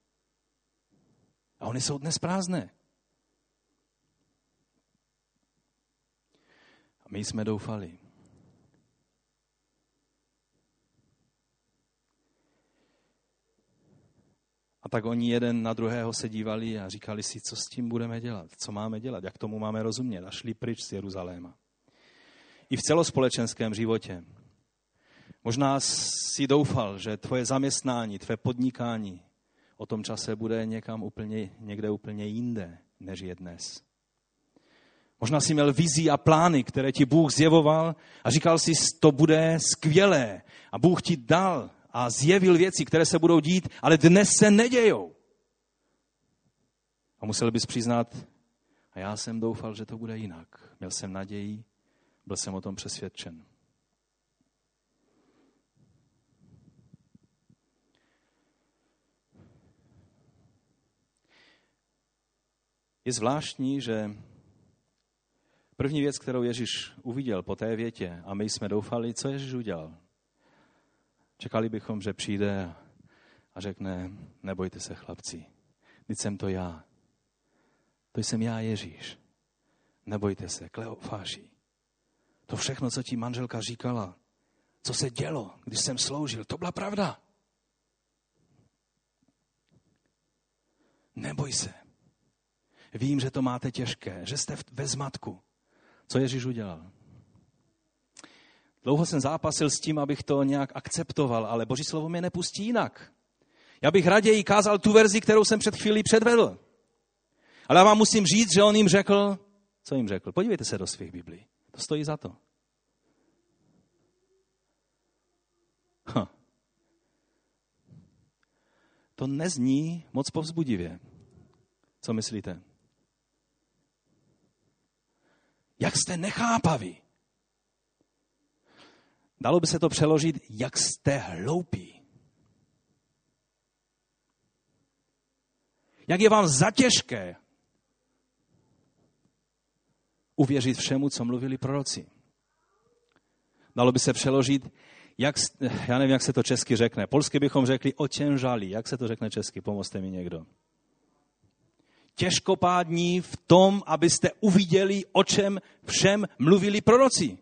A oni jsou dnes prázdné. A my jsme doufali. A tak oni jeden na druhého se dívali a říkali si, co s tím budeme dělat, co máme dělat, jak tomu máme rozumět. A šli pryč z Jeruzaléma. I v celospolečenském životě. Možná si doufal, že tvoje zaměstnání, tvé podnikání o tom čase bude někam úplně, někde úplně jinde, než je dnes. Možná si měl vizi a plány, které ti Bůh zjevoval a říkal si, to bude skvělé. A Bůh ti dal a zjevil věci, které se budou dít, ale dnes se nedějou. A musel bys přiznat, a já jsem doufal, že to bude jinak. Měl jsem naději, byl jsem o tom přesvědčen. Je zvláštní, že první věc, kterou Ježíš uviděl po té větě, a my jsme doufali, co Ježíš udělal. Čekali bychom, že přijde a řekne, nebojte se chlapci, vždyť jsem to já. To jsem já Ježíš. Nebojte se, Kleofáši. To všechno, co ti manželka říkala, co se dělo, když jsem sloužil, to byla pravda. Neboj se. Vím, že to máte těžké, že jste ve zmatku. Co Ježíš udělal? Dlouho jsem zápasil s tím, abych to nějak akceptoval, ale Boží slovo mě nepustí jinak. Já bych raději kázal tu verzi, kterou jsem před chvílí předvedl. Ale já vám musím říct, že on jim řekl, co jim řekl? Podívejte se do svých Biblií. To stojí za to. Ha. To nezní moc povzbudivě. Co myslíte? Jak jste nechápaví. Dalo by se to přeložit, jak jste hloupí. Jak je vám zatěžké uvěřit všemu, co mluvili proroci. Dalo by se přeložit, jak, já nevím, jak se to česky řekne. Polsky bychom řekli otěžali. Jak se to řekne česky? Pomozte mi někdo. Těžkopádní v tom, abyste uviděli, o čem všem mluvili proroci.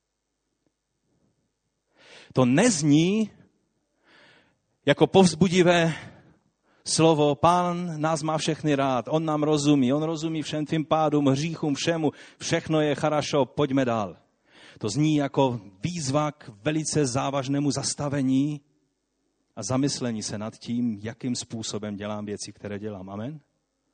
To nezní jako povzbudivé slovo, Pán nás má všechny rád, on nám rozumí, on rozumí všem tvým pádům, hříchům, všemu, všechno je charašo, pojďme dál. To zní jako výzva k velice závažnému zastavení a zamyslení se nad tím, jakým způsobem dělám věci, které dělám. Amen?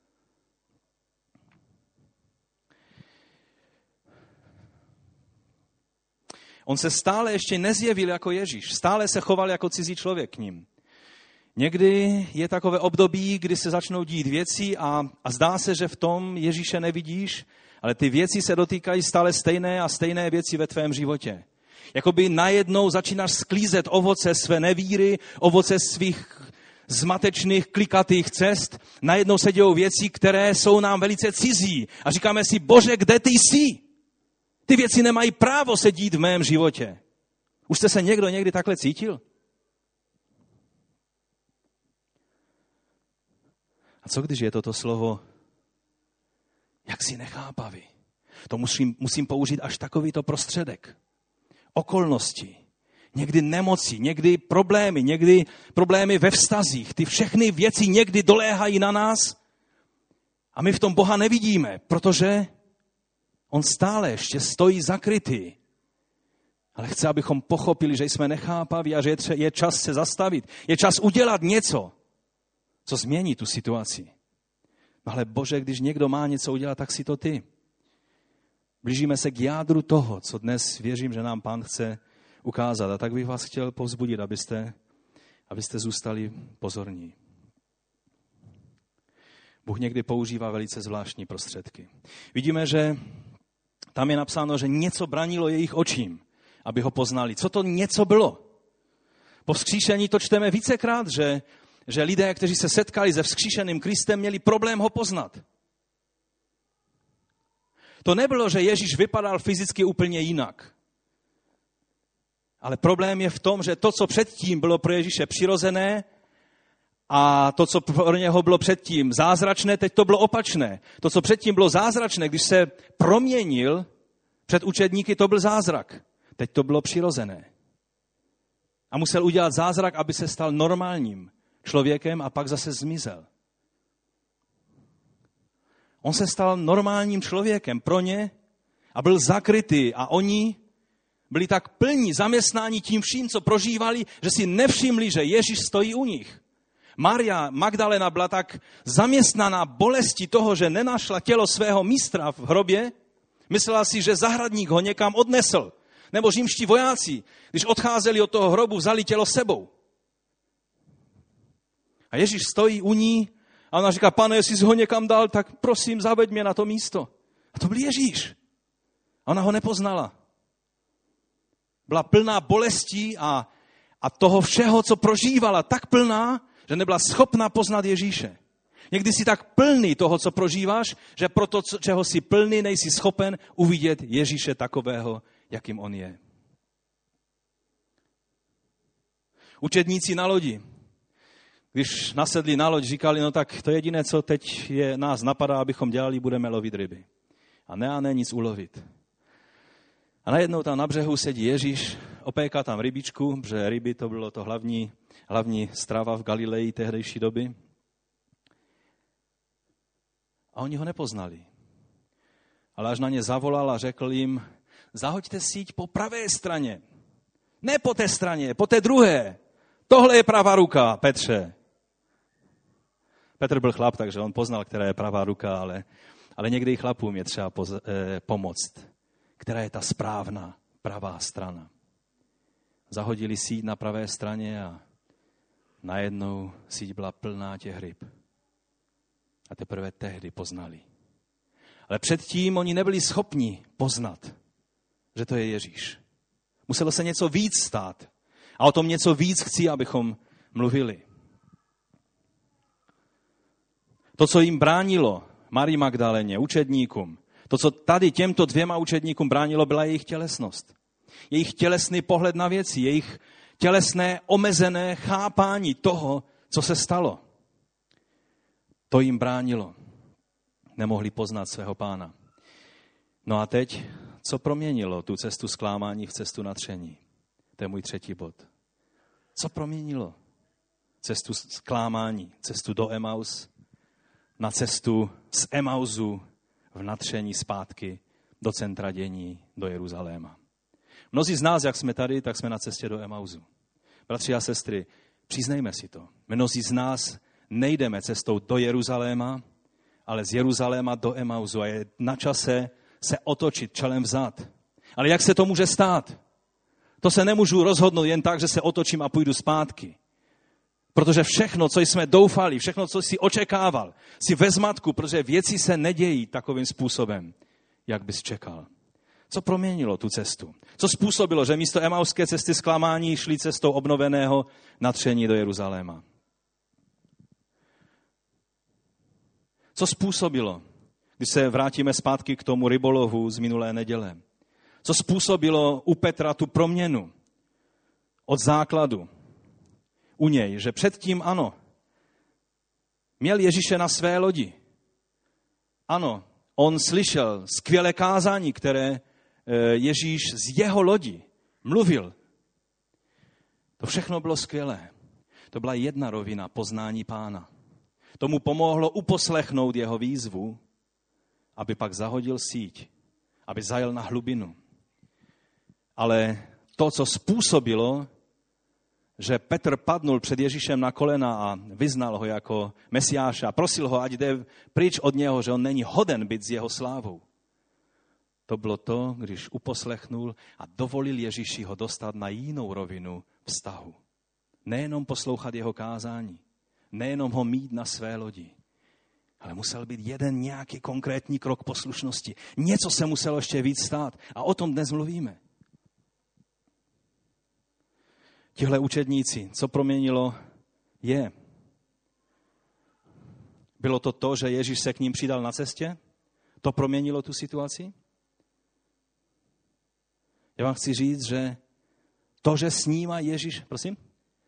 On se stále ještě nezjevil jako Ježíš, stále se choval jako cizí člověk k ním. Někdy je takové období, kdy se začnou dít věci a, a zdá se, že v tom Ježíše nevidíš, ale ty věci se dotýkají stále stejné a stejné věci ve tvém životě. Jakoby najednou začínáš sklízet ovoce své nevíry, ovoce svých zmatečných, klikatých cest. Najednou se dějou věci, které jsou nám velice cizí. A říkáme si, Bože, kde ty jsi? Ty věci nemají právo se dít v mém životě. Už jste se někdo někdy takhle cítil? A co když je toto slovo jaksi nechápavý? To musím, musím použít až takovýto prostředek. Okolnosti, někdy nemoci, někdy problémy, někdy problémy ve vztazích. Ty všechny věci někdy doléhají na nás a my v tom Boha nevidíme, protože on stále ještě stojí zakrytý. Ale chce, abychom pochopili, že jsme nechápaví a že je, tře- je čas se zastavit. Je čas udělat něco, co změní tu situaci. No ale Bože, když někdo má něco udělat, tak si to ty. Blížíme se k jádru toho, co dnes věřím, že nám Pán chce ukázat. A tak bych vás chtěl povzbudit, abyste, abyste zůstali pozorní. Bůh někdy používá velice zvláštní prostředky. Vidíme, že tam je napsáno, že něco bránilo jejich očím, aby ho poznali. Co to něco bylo? Po vzkříšení to čteme vícekrát, že, že lidé, kteří se setkali se vzkříšeným Kristem, měli problém ho poznat. To nebylo, že Ježíš vypadal fyzicky úplně jinak. Ale problém je v tom, že to, co předtím bylo pro Ježíše přirozené, a to, co pro něho bylo předtím zázračné, teď to bylo opačné. To, co předtím bylo zázračné, když se proměnil před učedníky, to byl zázrak. Teď to bylo přirozené. A musel udělat zázrak, aby se stal normálním člověkem a pak zase zmizel. On se stal normálním člověkem pro ně a byl zakrytý a oni byli tak plní zaměstnáni tím vším, co prožívali, že si nevšimli, že Ježíš stojí u nich. Maria Magdalena byla tak zaměstnaná bolestí toho, že nenašla tělo svého mistra v hrobě, myslela si, že zahradník ho někam odnesl. Nebo římští vojáci, když odcházeli od toho hrobu, vzali tělo sebou. A Ježíš stojí u ní a ona říká, Pane, jestli jsi ho někam dal, tak prosím, zaveď mě na to místo. A to byl Ježíš. A ona ho nepoznala. Byla plná bolestí a, a toho všeho, co prožívala, tak plná, že nebyla schopna poznat Ježíše. Někdy jsi tak plný toho, co prožíváš, že pro to, čeho jsi plný, nejsi schopen uvidět Ježíše takového, jakým on je. Učedníci na lodi, když nasedli na loď, říkali, no tak to jediné, co teď je, nás napadá, abychom dělali, budeme lovit ryby. A ne a ne nic ulovit. A najednou tam na břehu sedí Ježíš, opéká tam rybičku, protože ryby to bylo to hlavní, hlavní strava v Galileji tehdejší doby. A oni ho nepoznali. Ale až na ně zavolal a řekl jim, zahoďte síť po pravé straně. Ne po té straně, po té druhé. Tohle je pravá ruka, Petře. Petr byl chlap, takže on poznal, která je pravá ruka, ale, ale někdy i chlapům je třeba poz, eh, pomoct. Která je ta správná pravá strana. Zahodili síť na pravé straně a najednou síť byla plná těch ryb. A teprve tehdy poznali. Ale předtím oni nebyli schopni poznat, že to je Ježíš. Muselo se něco víc stát. A o tom něco víc chci, abychom mluvili. To, co jim bránilo, Marii Magdaléně, učedníkům, to, co tady těmto dvěma učedníkům bránilo, byla jejich tělesnost. Jejich tělesný pohled na věci, jejich tělesné omezené chápání toho, co se stalo. To jim bránilo. Nemohli poznat svého Pána. No a teď, co proměnilo tu cestu zklamání v cestu natření? To je můj třetí bod. Co proměnilo cestu zklamání, cestu do Emaus, na cestu z Emausu v natření zpátky do centra dění, do Jeruzaléma? Mnozí z nás, jak jsme tady, tak jsme na cestě do Emausu. Bratři a sestry, přiznejme si to. Mnozí z nás nejdeme cestou do Jeruzaléma, ale z Jeruzaléma do Emausu a je na čase se otočit čelem vzad. Ale jak se to může stát? To se nemůžu rozhodnout jen tak, že se otočím a půjdu zpátky. Protože všechno, co jsme doufali, všechno, co jsi očekával, si ve zmatku, protože věci se nedějí takovým způsobem, jak bys čekal. Co proměnilo tu cestu? Co způsobilo, že místo emauské cesty zklamání šli cestou obnoveného natření do Jeruzaléma? Co způsobilo, když se vrátíme zpátky k tomu rybolovu z minulé neděle? Co způsobilo u Petra tu proměnu od základu u něj, že předtím ano, měl Ježíše na své lodi. Ano, on slyšel skvělé kázání, které Ježíš z jeho lodi mluvil. To všechno bylo skvělé. To byla jedna rovina poznání Pána. Tomu pomohlo uposlechnout jeho výzvu, aby pak zahodil síť, aby zajel na hlubinu. Ale to, co způsobilo, že Petr padnul před Ježíšem na kolena a vyznal ho jako Mesiáša, prosil ho, ať jde pryč od něho, že on není hoden být s jeho slávou. To bylo to, když uposlechnul a dovolil Ježíši ho dostat na jinou rovinu vztahu. Nejenom poslouchat jeho kázání, nejenom ho mít na své lodi, ale musel být jeden nějaký konkrétní krok poslušnosti. Něco se muselo ještě víc stát a o tom dnes mluvíme. Tihle učedníci, co proměnilo je. Bylo to to, že Ježíš se k ním přidal na cestě? To proměnilo tu situaci? Já vám chci říct, že to, že s níma Ježíš, prosím?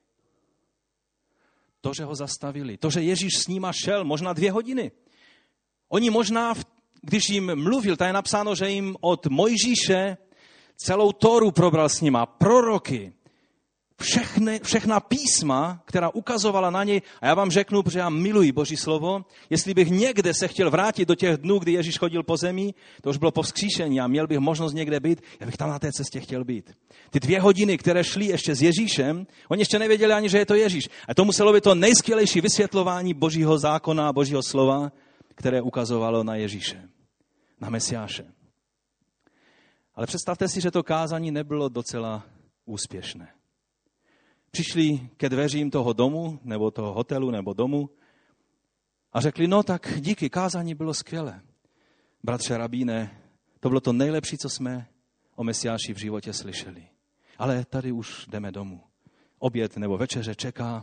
To, že ho zastavili. To, že Ježíš s níma šel možná dvě hodiny. Oni možná, když jim mluvil, tady je napsáno, že jim od Mojžíše celou Tóru probral s nima, proroky, všechny, všechna písma, která ukazovala na něj. A já vám řeknu, protože já miluji Boží slovo, jestli bych někde se chtěl vrátit do těch dnů, kdy Ježíš chodil po zemi, to už bylo po vzkříšení a měl bych možnost někde být, já bych tam na té cestě chtěl být. Ty dvě hodiny, které šly ještě s Ježíšem, oni ještě nevěděli ani, že je to Ježíš. A to muselo být to nejskvělejší vysvětlování Božího zákona a Božího slova, které ukazovalo na Ježíše, na Mesiáše. Ale představte si, že to kázání nebylo docela úspěšné. Přišli ke dveřím toho domu, nebo toho hotelu, nebo domu a řekli, no tak díky, kázání bylo skvělé. Bratře rabíne, to bylo to nejlepší, co jsme o Mesiáši v životě slyšeli. Ale tady už jdeme domů. Oběd nebo večeře čeká.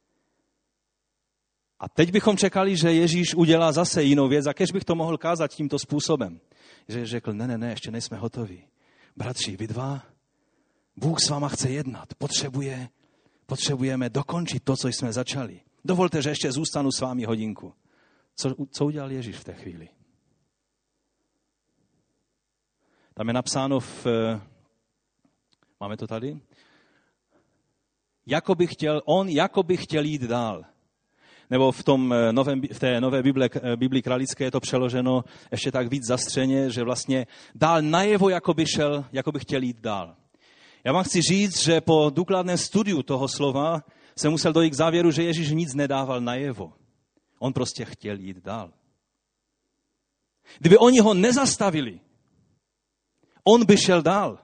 A teď bychom čekali, že Ježíš udělá zase jinou věc, a kež bych to mohl kázat tímto způsobem. Že řekl, ne, ne, ne, ještě nejsme hotoví. Bratři, vy dva, Bůh s váma chce jednat, potřebuje Potřebujeme dokončit to, co jsme začali. Dovolte, že ještě zůstanu s vámi hodinku. Co, co udělal Ježíš v té chvíli? Tam je napsáno v... Máme to tady? Jako by chtěl, on jako by chtěl jít dál. Nebo v, tom novém, v té nové Bible, Biblii Kralické je to přeloženo ještě tak víc zastřeně, že vlastně dál najevo, jako by, šel, jako by chtěl jít dál. Já vám chci říct, že po důkladném studiu toho slova jsem musel dojít k závěru, že Ježíš nic nedával najevo. On prostě chtěl jít dál. Kdyby oni ho nezastavili, on by šel dál.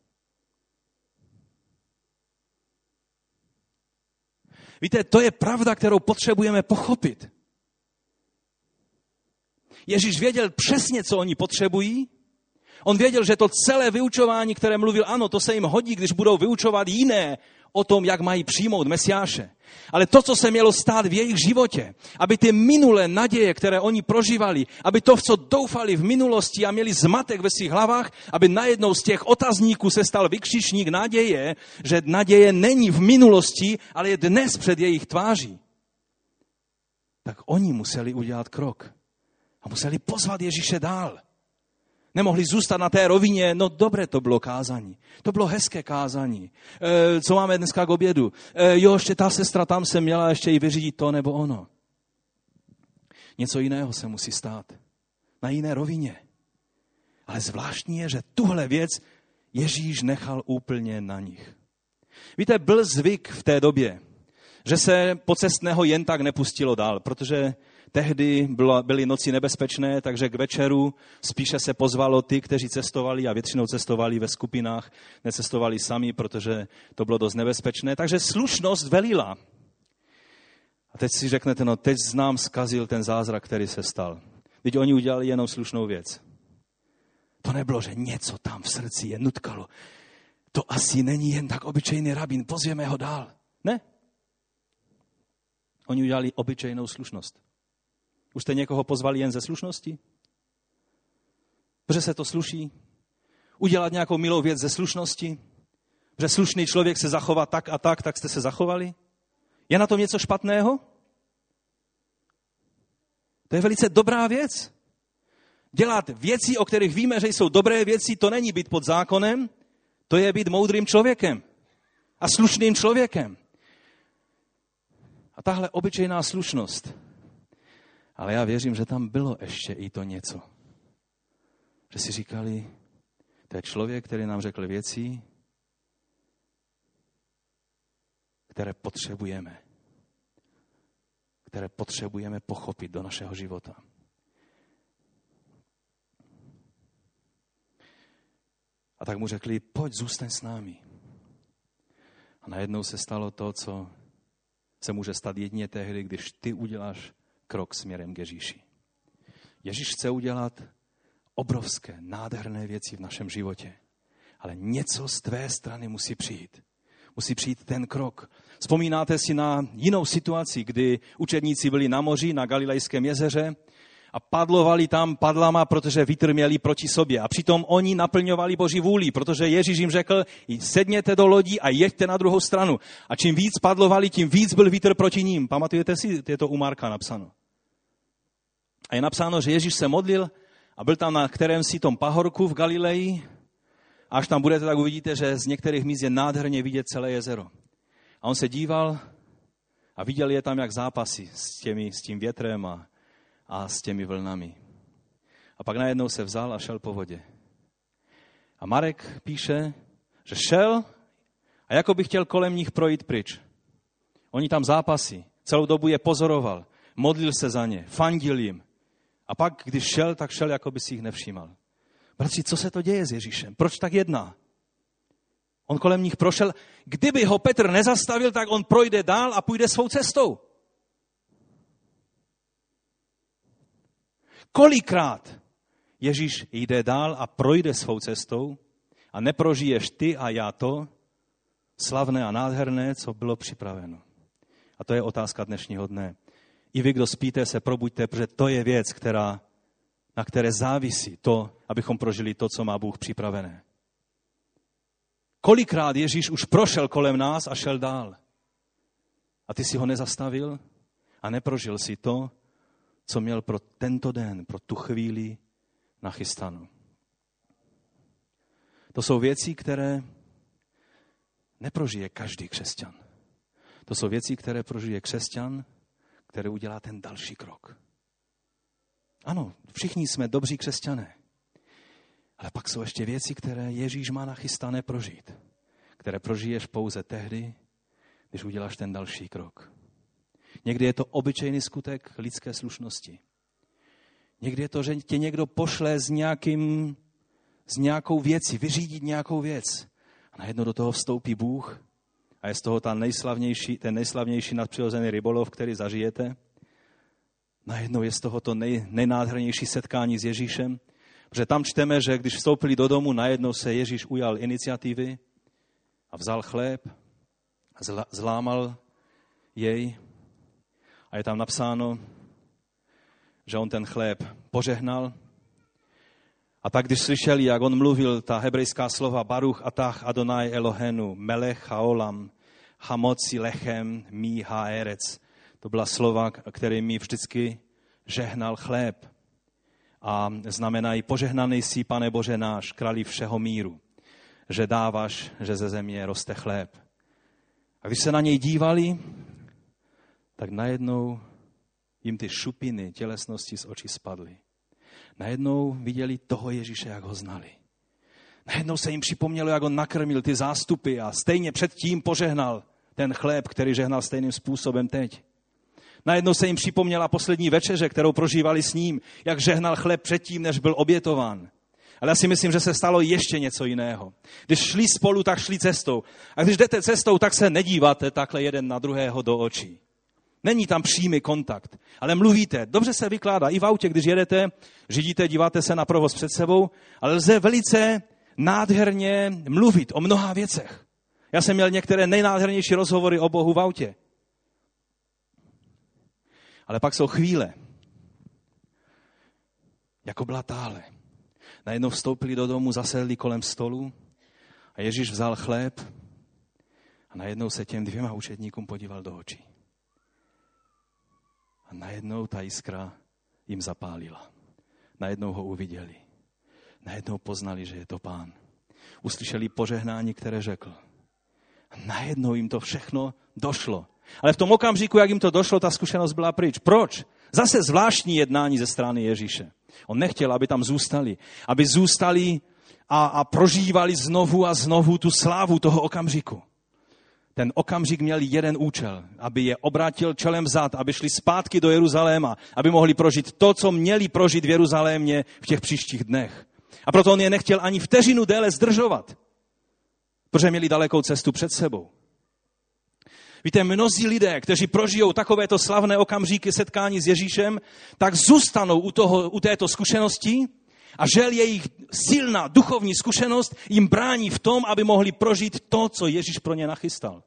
Víte, to je pravda, kterou potřebujeme pochopit. Ježíš věděl přesně, co oni potřebují. On věděl, že to celé vyučování, které mluvil, ano, to se jim hodí, když budou vyučovat jiné o tom, jak mají přijmout Mesiáše. Ale to, co se mělo stát v jejich životě, aby ty minulé naděje, které oni prožívali, aby to, v co doufali v minulosti a měli zmatek ve svých hlavách, aby najednou z těch otazníků se stal vykřičník naděje, že naděje není v minulosti, ale je dnes před jejich tváří. Tak oni museli udělat krok a museli pozvat Ježíše dál. Nemohli zůstat na té rovině, no dobré, to bylo kázání. To bylo hezké kázání. E, co máme dneska k obědu? E, jo, ještě ta sestra tam se měla ještě i vyřídit to nebo ono. Něco jiného se musí stát. Na jiné rovině. Ale zvláštní je, že tuhle věc Ježíš nechal úplně na nich. Víte, byl zvyk v té době, že se pocestného jen tak nepustilo dál, protože tehdy byly noci nebezpečné, takže k večeru spíše se pozvalo ty, kteří cestovali a většinou cestovali ve skupinách, necestovali sami, protože to bylo dost nebezpečné. Takže slušnost velila. A teď si řeknete, no teď znám zkazil ten zázrak, který se stal. Teď oni udělali jenom slušnou věc. To nebylo, že něco tam v srdci je nutkalo. To asi není jen tak obyčejný rabín, pozvěme ho dál. Ne. Oni udělali obyčejnou slušnost. Už jste někoho pozvali jen ze slušnosti? Protože se to sluší? Udělat nějakou milou věc ze slušnosti? Že slušný člověk se zachová tak a tak, tak jste se zachovali? Je na tom něco špatného? To je velice dobrá věc. Dělat věci, o kterých víme, že jsou dobré věci, to není být pod zákonem, to je být moudrým člověkem a slušným člověkem. A tahle obyčejná slušnost. Ale já věřím, že tam bylo ještě i to něco. Že si říkali, to je člověk, který nám řekl věci, které potřebujeme. Které potřebujeme pochopit do našeho života. A tak mu řekli, pojď, zůstaň s námi. A najednou se stalo to, co se může stát jedině tehdy, když ty uděláš krok směrem k Ježíši. Ježíš chce udělat obrovské, nádherné věci v našem životě. Ale něco z tvé strany musí přijít. Musí přijít ten krok. Vzpomínáte si na jinou situaci, kdy učedníci byli na moři, na Galilejském jezeře a padlovali tam padlama, protože vítr měli proti sobě. A přitom oni naplňovali Boží vůli, protože Ježíš jim řekl, sedněte do lodí a jeďte na druhou stranu. A čím víc padlovali, tím víc byl vítr proti ním. Pamatujete si, je to u Marka napsáno. A je napsáno, že Ježíš se modlil a byl tam na kterém si tom pahorku v Galileji. A až tam budete, tak uvidíte, že z některých míst je nádherně vidět celé jezero. A on se díval a viděl je tam jak zápasy s, těmi, s tím větrem a, a s těmi vlnami. A pak najednou se vzal a šel po vodě. A Marek píše, že šel a jako by chtěl kolem nich projít pryč. Oni tam zápasí, celou dobu je pozoroval, modlil se za ně, fandil jim. A pak, když šel, tak šel, jako by si jich nevšímal. Bratři, co se to děje s Ježíšem? Proč tak jedná? On kolem nich prošel. Kdyby ho Petr nezastavil, tak on projde dál a půjde svou cestou. Kolikrát Ježíš jde dál a projde svou cestou a neprožiješ ty a já to slavné a nádherné, co bylo připraveno. A to je otázka dnešního dne. I vy, kdo spíte, se probuďte, protože to je věc, která, na které závisí to, abychom prožili to, co má Bůh připravené. Kolikrát Ježíš už prošel kolem nás a šel dál. A ty si ho nezastavil a neprožil si to, co měl pro tento den, pro tu chvíli nachystáno. To jsou věci, které neprožije každý křesťan. To jsou věci, které prožije křesťan, který udělá ten další krok. Ano, všichni jsme dobří křesťané. Ale pak jsou ještě věci, které Ježíš má nachystané prožít. Které prožiješ pouze tehdy, když uděláš ten další krok. Někdy je to obyčejný skutek lidské slušnosti. Někdy je to, že tě někdo pošle s, nějakým, s nějakou věcí, vyřídit nějakou věc. A najednou do toho vstoupí Bůh a je z toho ta nejslavnější, ten nejslavnější nadpřirozený rybolov, který zažijete. Najednou je z toho to nej, nejnádhernější setkání s Ježíšem. Protože tam čteme, že když vstoupili do domu, najednou se Ježíš ujal iniciativy a vzal chléb, zla, zlámal jej a je tam napsáno, že on ten chléb požehnal. A tak, když slyšeli, jak on mluvil ta hebrejská slova Baruch atah Adonai Elohenu, melech haolam, hamoci lechem mi haerec. To byla slova, kterými vždycky žehnal chléb. A znamenají, požehnaný jsi, Pane Bože náš, králi všeho míru, že dáváš, že ze země roste chléb. A když se na něj dívali, tak najednou jim ty šupiny tělesnosti z očí spadly. Najednou viděli toho Ježíše, jak ho znali. Najednou se jim připomnělo, jak on nakrmil ty zástupy a stejně předtím požehnal ten chléb, který žehnal stejným způsobem teď. Najednou se jim připomněla poslední večeře, kterou prožívali s ním, jak žehnal chléb předtím, než byl obětován. Ale já si myslím, že se stalo ještě něco jiného. Když šli spolu, tak šli cestou. A když jdete cestou, tak se nedíváte takhle jeden na druhého do očí. Není tam přímý kontakt, ale mluvíte. Dobře se vykládá i v autě, když jedete, řídíte, díváte se na provoz před sebou, ale lze velice nádherně mluvit o mnoha věcech. Já jsem měl některé nejnádhernější rozhovory o Bohu v autě. Ale pak jsou chvíle, jako byla táhle. Najednou vstoupili do domu, zasedli kolem stolu a Ježíš vzal chléb a najednou se těm dvěma učedníkům podíval do očí. A najednou ta jiskra jim zapálila. Najednou ho uviděli. Najednou poznali, že je to Pán. Uslyšeli požehnání, které řekl. A najednou jim to všechno došlo. Ale v tom okamžiku, jak jim to došlo, ta zkušenost byla pryč. Proč? Zase zvláštní jednání ze strany Ježíše. On nechtěl, aby tam zůstali. Aby zůstali a, a prožívali znovu a znovu tu slávu toho okamžiku. Ten okamžik měl jeden účel, aby je obrátil čelem vzad, aby šli zpátky do Jeruzaléma, aby mohli prožít to, co měli prožít v Jeruzalémě v těch příštích dnech. A proto on je nechtěl ani vteřinu déle zdržovat, protože měli dalekou cestu před sebou. Víte, mnozí lidé, kteří prožijou takovéto slavné okamžiky setkání s Ježíšem, tak zůstanou u, toho, u této zkušenosti a žel jejich silná duchovní zkušenost jim brání v tom, aby mohli prožít to, co Ježíš pro ně nachystal.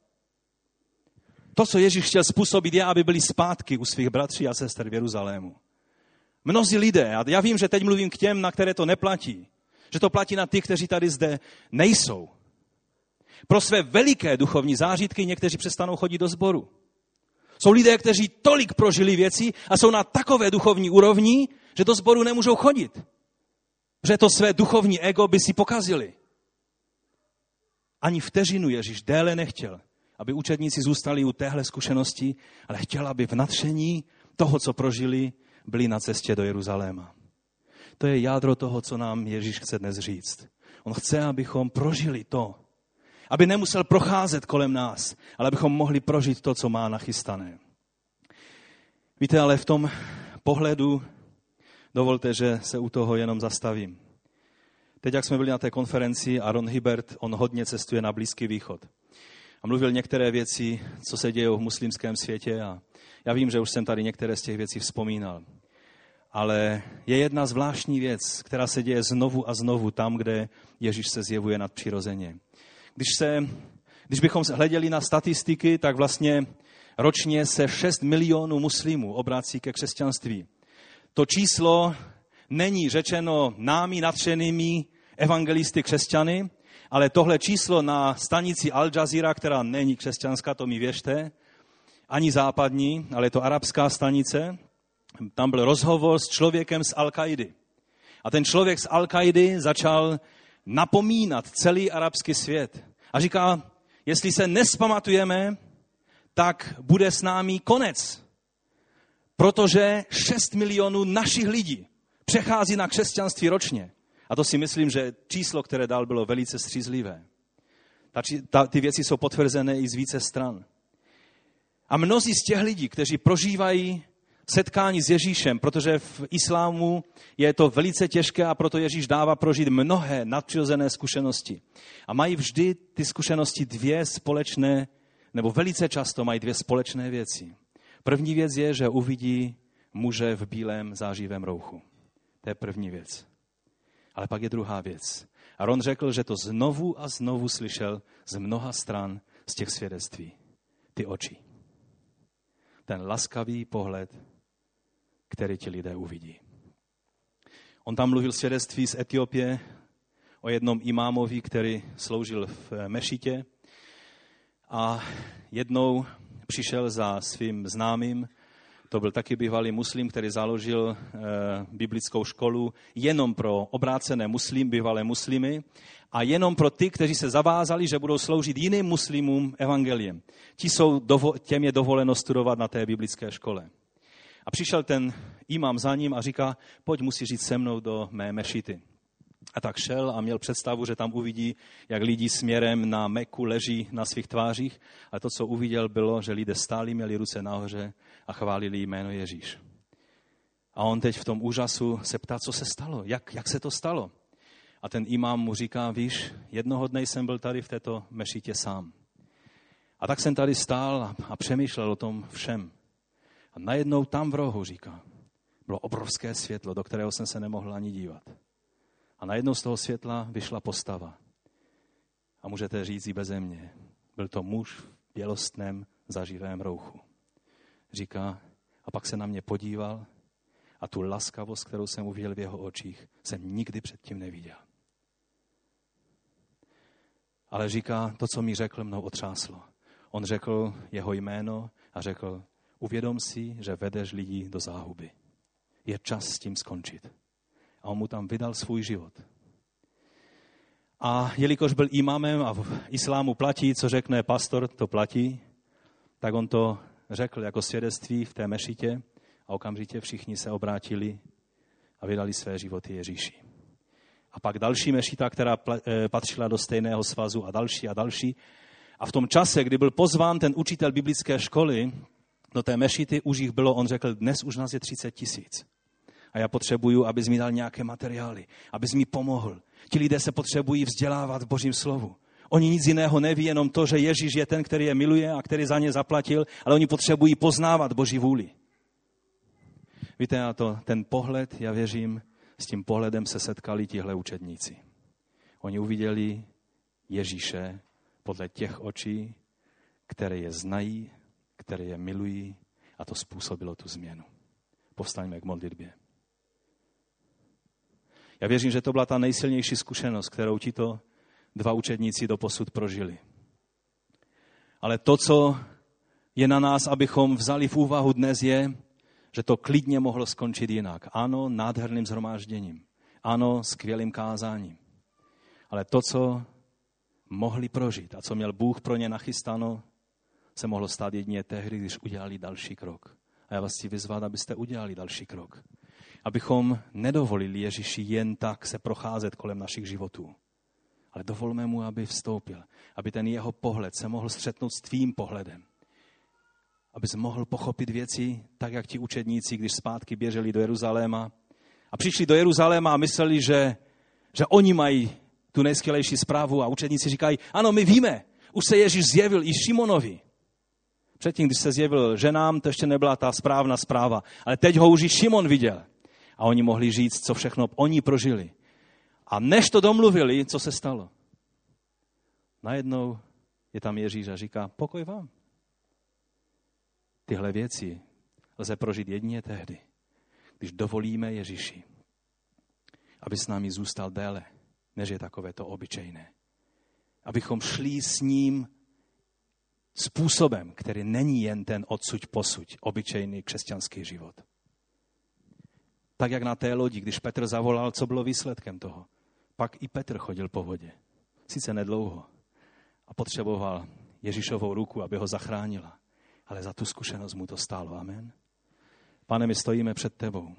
To, co Ježíš chtěl způsobit, je, aby byli zpátky u svých bratří a sester v Jeruzalému. Mnozí lidé, a já vím, že teď mluvím k těm, na které to neplatí, že to platí na ty, kteří tady zde nejsou. Pro své veliké duchovní zážitky někteří přestanou chodit do sboru. Jsou lidé, kteří tolik prožili věci a jsou na takové duchovní úrovni, že do sboru nemůžou chodit. Že to své duchovní ego by si pokazili. Ani vteřinu Ježíš déle nechtěl, aby učedníci zůstali u téhle zkušenosti, ale chtěl, aby v nadšení toho, co prožili, byli na cestě do Jeruzaléma. To je jádro toho, co nám Ježíš chce dnes říct. On chce, abychom prožili to, aby nemusel procházet kolem nás, ale abychom mohli prožít to, co má nachystané. Víte, ale v tom pohledu dovolte, že se u toho jenom zastavím. Teď, jak jsme byli na té konferenci, Aaron Hibbert, on hodně cestuje na Blízký východ. A mluvil některé věci, co se dějí v muslimském světě. A já vím, že už jsem tady některé z těch věcí vzpomínal. Ale je jedna zvláštní věc, která se děje znovu a znovu tam, kde Ježíš se zjevuje nadpřirozeně. Když, se, když bychom hleděli na statistiky, tak vlastně ročně se šest milionů muslimů obrací ke křesťanství. To číslo není řečeno námi nadšenými evangelisty křesťany, ale tohle číslo na stanici Al Jazeera, která není křesťanská, to mi věřte, ani západní, ale je to arabská stanice, tam byl rozhovor s člověkem z Al-Kaidy. A ten člověk z Al-Kaidy začal napomínat celý arabský svět. A říká, jestli se nespamatujeme, tak bude s námi konec. Protože šest milionů našich lidí přechází na křesťanství ročně. A to si myslím, že číslo, které dal, bylo velice střízlivé. Ta, ta, ty věci jsou potvrzené i z více stran. A mnozí z těch lidí, kteří prožívají setkání s Ježíšem, protože v islámu je to velice těžké a proto Ježíš dává prožít mnohé nadpřirozené zkušenosti. A mají vždy ty zkušenosti dvě společné, nebo velice často mají dvě společné věci. První věc je, že uvidí muže v bílém zářivém rouchu. To je první věc. Ale pak je druhá věc. A on řekl, že to znovu a znovu slyšel z mnoha stran z těch svědectví. Ty oči. Ten laskavý pohled, který ti lidé uvidí. On tam mluvil svědectví z Etiopie o jednom imámovi, který sloužil v mešitě a jednou přišel za svým známým. To byl taky bývalý muslim, který založil e, biblickou školu jenom pro obrácené muslim, bývalé muslimy a jenom pro ty, kteří se zavázali, že budou sloužit jiným muslimům evangeliem. Ti jsou, dovo, těm je dovoleno studovat na té biblické škole. A přišel ten imám za ním a říká, pojď, musíš jít se mnou do mé mešity. A tak šel a měl představu, že tam uvidí, jak lidi směrem na Meku leží na svých tvářích. A to, co uviděl, bylo, že lidé stáli, měli ruce nahoře a chválili jméno Ježíš. A on teď v tom úžasu se ptá, co se stalo, jak, jak se to stalo. A ten imám mu říká, víš, jednoho dne jsem byl tady v této mešitě sám. A tak jsem tady stál a přemýšlel o tom všem. A najednou tam v rohu, říká, bylo obrovské světlo, do kterého jsem se nemohl ani dívat. A najednou z toho světla vyšla postava. A můžete říct i beze mě. Byl to muž v bělostném zaživém rouchu. Říká, a pak se na mě podíval a tu laskavost, kterou jsem uviděl v jeho očích, jsem nikdy předtím neviděl. Ale říká, to, co mi řekl, mnou otřáslo. On řekl jeho jméno a řekl, uvědom si, že vedeš lidi do záhuby. Je čas s tím skončit. A on mu tam vydal svůj život. A jelikož byl imámem a v islámu platí, co řekne pastor, to platí, tak on to řekl jako svědectví v té mešitě a okamžitě všichni se obrátili a vydali své životy Ježíši. A pak další mešita, která patřila do stejného svazu a další a další. A v tom čase, kdy byl pozván ten učitel biblické školy do té mešity, už jich bylo, on řekl, dnes už nás je třicet tisíc. A já potřebuju, abys mi dal nějaké materiály, abys mi pomohl. Ti lidé se potřebují vzdělávat v Božím slovu. Oni nic jiného neví, jenom to, že Ježíš je ten, který je miluje a který za ně zaplatil, ale oni potřebují poznávat Boží vůli. Víte, a to, ten pohled, já věřím, s tím pohledem se setkali tihle učedníci. Oni uviděli Ježíše podle těch očí, které je znají, které je milují, a to způsobilo tu změnu. Povstaňme k modlitbě. Já věřím, že to byla ta nejsilnější zkušenost, kterou tito dva učedníci doposud prožili. Ale to, co je na nás, abychom vzali v úvahu dnes, je, že to klidně mohlo skončit jinak. Ano, nádherným shromážděním. Ano, skvělým kázáním. Ale to, co mohli prožít a co měl Bůh pro ně nachystáno, se mohlo stát jedině tehdy, když udělali další krok. A já vás chci vyzvat, abyste udělali další krok. Abychom nedovolili Ježíši jen tak se procházet kolem našich životů. Ale dovolme mu, aby vstoupil. Aby ten jeho pohled se mohl střetnout s tvým pohledem. Abys mohl pochopit věci, tak jak ti učedníci, když zpátky běželi do Jeruzaléma. A přišli do Jeruzaléma a mysleli, že, že oni mají tu nejskvělejší zprávu. A učedníci říkají, ano, my víme, už se Ježíš zjevil i Šimonovi. Předtím, když se zjevil ženám, to ještě nebyla ta správná zpráva. Ale teď ho už i Šimon viděl. A oni mohli říct, co všechno oni prožili. A než to domluvili, co se stalo? Najednou je tam Ježíš a říká, pokoj vám. Tyhle věci lze prožít jedině tehdy, když dovolíme Ježíši, aby s námi zůstal déle, než je takové to obyčejné. Abychom šli s ním způsobem, který není jen ten odsuď posuď, obyčejný křesťanský život. Tak jak na té lodi, když Petr zavolal, co bylo výsledkem toho? Pak i Petr chodil po vodě. Sice nedlouho. A potřeboval Ježíšovou ruku, aby ho zachránila. Ale za tu zkušenost mu to stálo. Amen. Pane, my stojíme před tebou.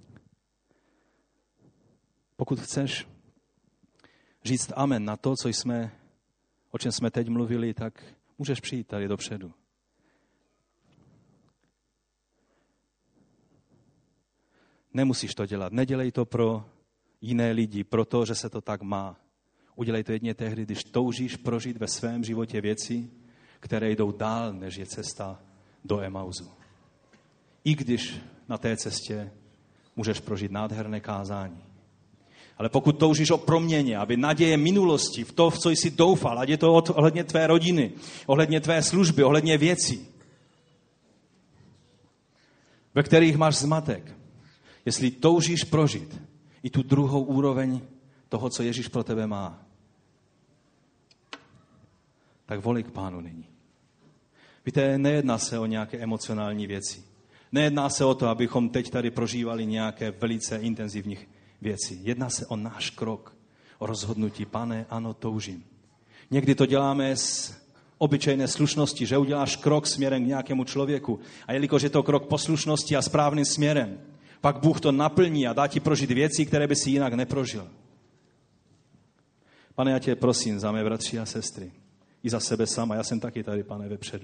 Pokud chceš říct amen na to, co jsme, o čem jsme teď mluvili, tak můžeš přijít tady dopředu. Nemusíš to dělat. Nedělej to pro jiné lidi, proto, že se to tak má. Udělej to jedně tehdy, když toužíš prožít ve svém životě věci, které jdou dál, než je cesta do Emauzu. I když na té cestě můžeš prožít nádherné kázání. Ale pokud toužíš o proměně, aby naděje minulosti, v to, v co jsi doufal, ať je to ohledně tvé rodiny, ohledně tvé služby, ohledně věcí, ve kterých máš zmatek, jestli toužíš prožít i tu druhou úroveň toho, co Ježíš pro tebe má, tak volej k Pánu nyní. Víte, nejedná se o nějaké emocionální věci. Nejedná se o to, abychom teď tady prožívali nějaké velice intenzivní věci. Jedná se o náš krok, o rozhodnutí. Pane, ano, toužím. Někdy to děláme z obyčejné slušnosti, že uděláš krok směrem k nějakému člověku. A jelikož je to krok poslušnosti a správným směrem, pak Bůh to naplní a dá ti prožít věci, které by si jinak neprožil. Pane, já tě prosím za mé bratři a sestry. I za sebe sama. Já jsem taky tady, Pane, vepředu.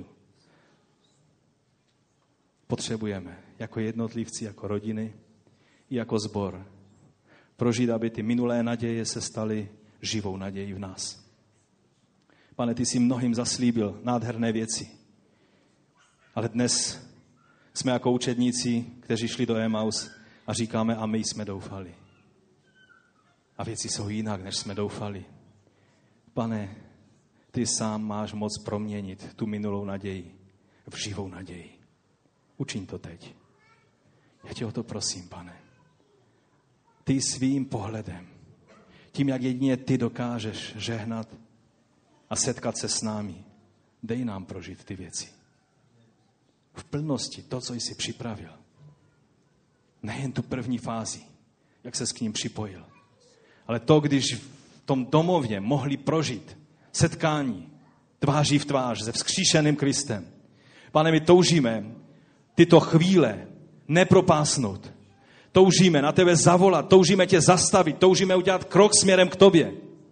Potřebujeme jako jednotlivci, jako rodiny i jako sbor prožít, aby ty minulé naděje se staly živou nadějí v nás. Pane, ty jsi mnohým zaslíbil nádherné věci. Ale dnes jsme jako učedníci, kteří šli do Emaus a říkáme, a my jsme doufali. A věci jsou jinak, než jsme doufali. Pane, ty sám máš moc proměnit tu minulou naději v živou naději. Učiň to teď. Já tě o to prosím, Pane. Ty svým pohledem, tím, jak jedině ty dokážeš žehnat a setkat se s námi, dej nám prožít ty věci. V plnosti to, co jsi připravil. Nejen tu první fázi, jak ses k ním připojil, ale to, když v tom domově mohli prožít setkání tváří v tvář se vzkříšeným Kristem. Pane, my toužíme tyto chvíle nepropásnout. Toužíme na tebe zavolat, toužíme tě zastavit, toužíme udělat krok směrem k tobě.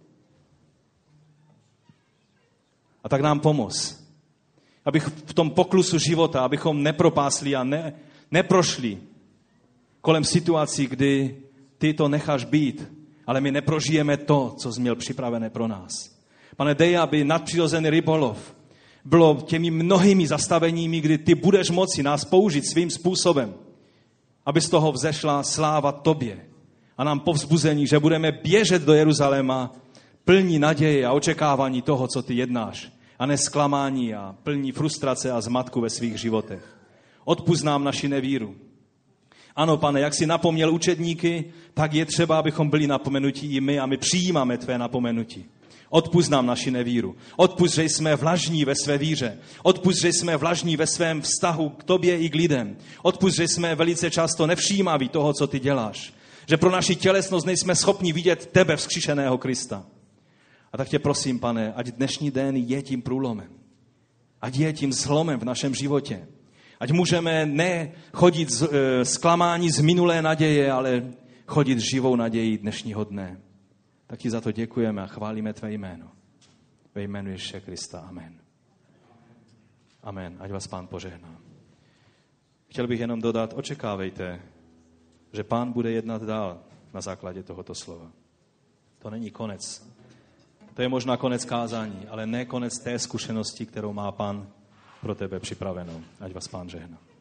A tak nám pomoz, abych v tom poklusu života, abychom nepropásli a ne, neprošli kolem situací, kdy ty to necháš být, ale my neprožijeme to, co jsi měl připravené pro nás. Pane, dej, aby nadpřirozený rybolov bylo těmi mnohými zastaveními, kdy ty budeš moci nás použít svým způsobem, aby z toho vzešla sláva tobě a nám povzbuzení, že budeme běžet do Jeruzaléma plní naděje a očekávání toho, co ty jednáš, a ne zklamání a plní frustrace a zmatku ve svých životech. Odpusť nám naši nevíru. Ano, Pane, jak jsi napomněl učedníky, tak je třeba, abychom byli napomenutí i my a my přijímáme tvé napomenutí. Odpusť nám naši nevíru. Odpusť, že jsme vlažní ve své víře. Odpusť, že jsme vlažní ve svém vztahu k tobě i k lidem. Odpusť, že jsme velice často nevšímaví toho, co ty děláš. Že pro naši tělesnost nejsme schopni vidět tebe, vzkříšeného Krista. A tak tě prosím, Pane, ať dnešní den je tím průlomem. Ať je tím zlomem v našem životě. Ať můžeme ne chodit z, e, zklamání z minulé naděje, ale chodit živou nadějí dnešního dne. Tak ti za to děkujeme a chválíme tvé jméno. Ve jménu Ježíše Krista. Amen. Amen. Ať vás Pán požehná. Chtěl bych jenom dodat, očekávejte, že Pán bude jednat dál na základě tohoto slova. To není konec. To je možná konec kázání, ale ne konec té zkušenosti, kterou má Pán pro tebe připravenou. Ať vás Pán žehná.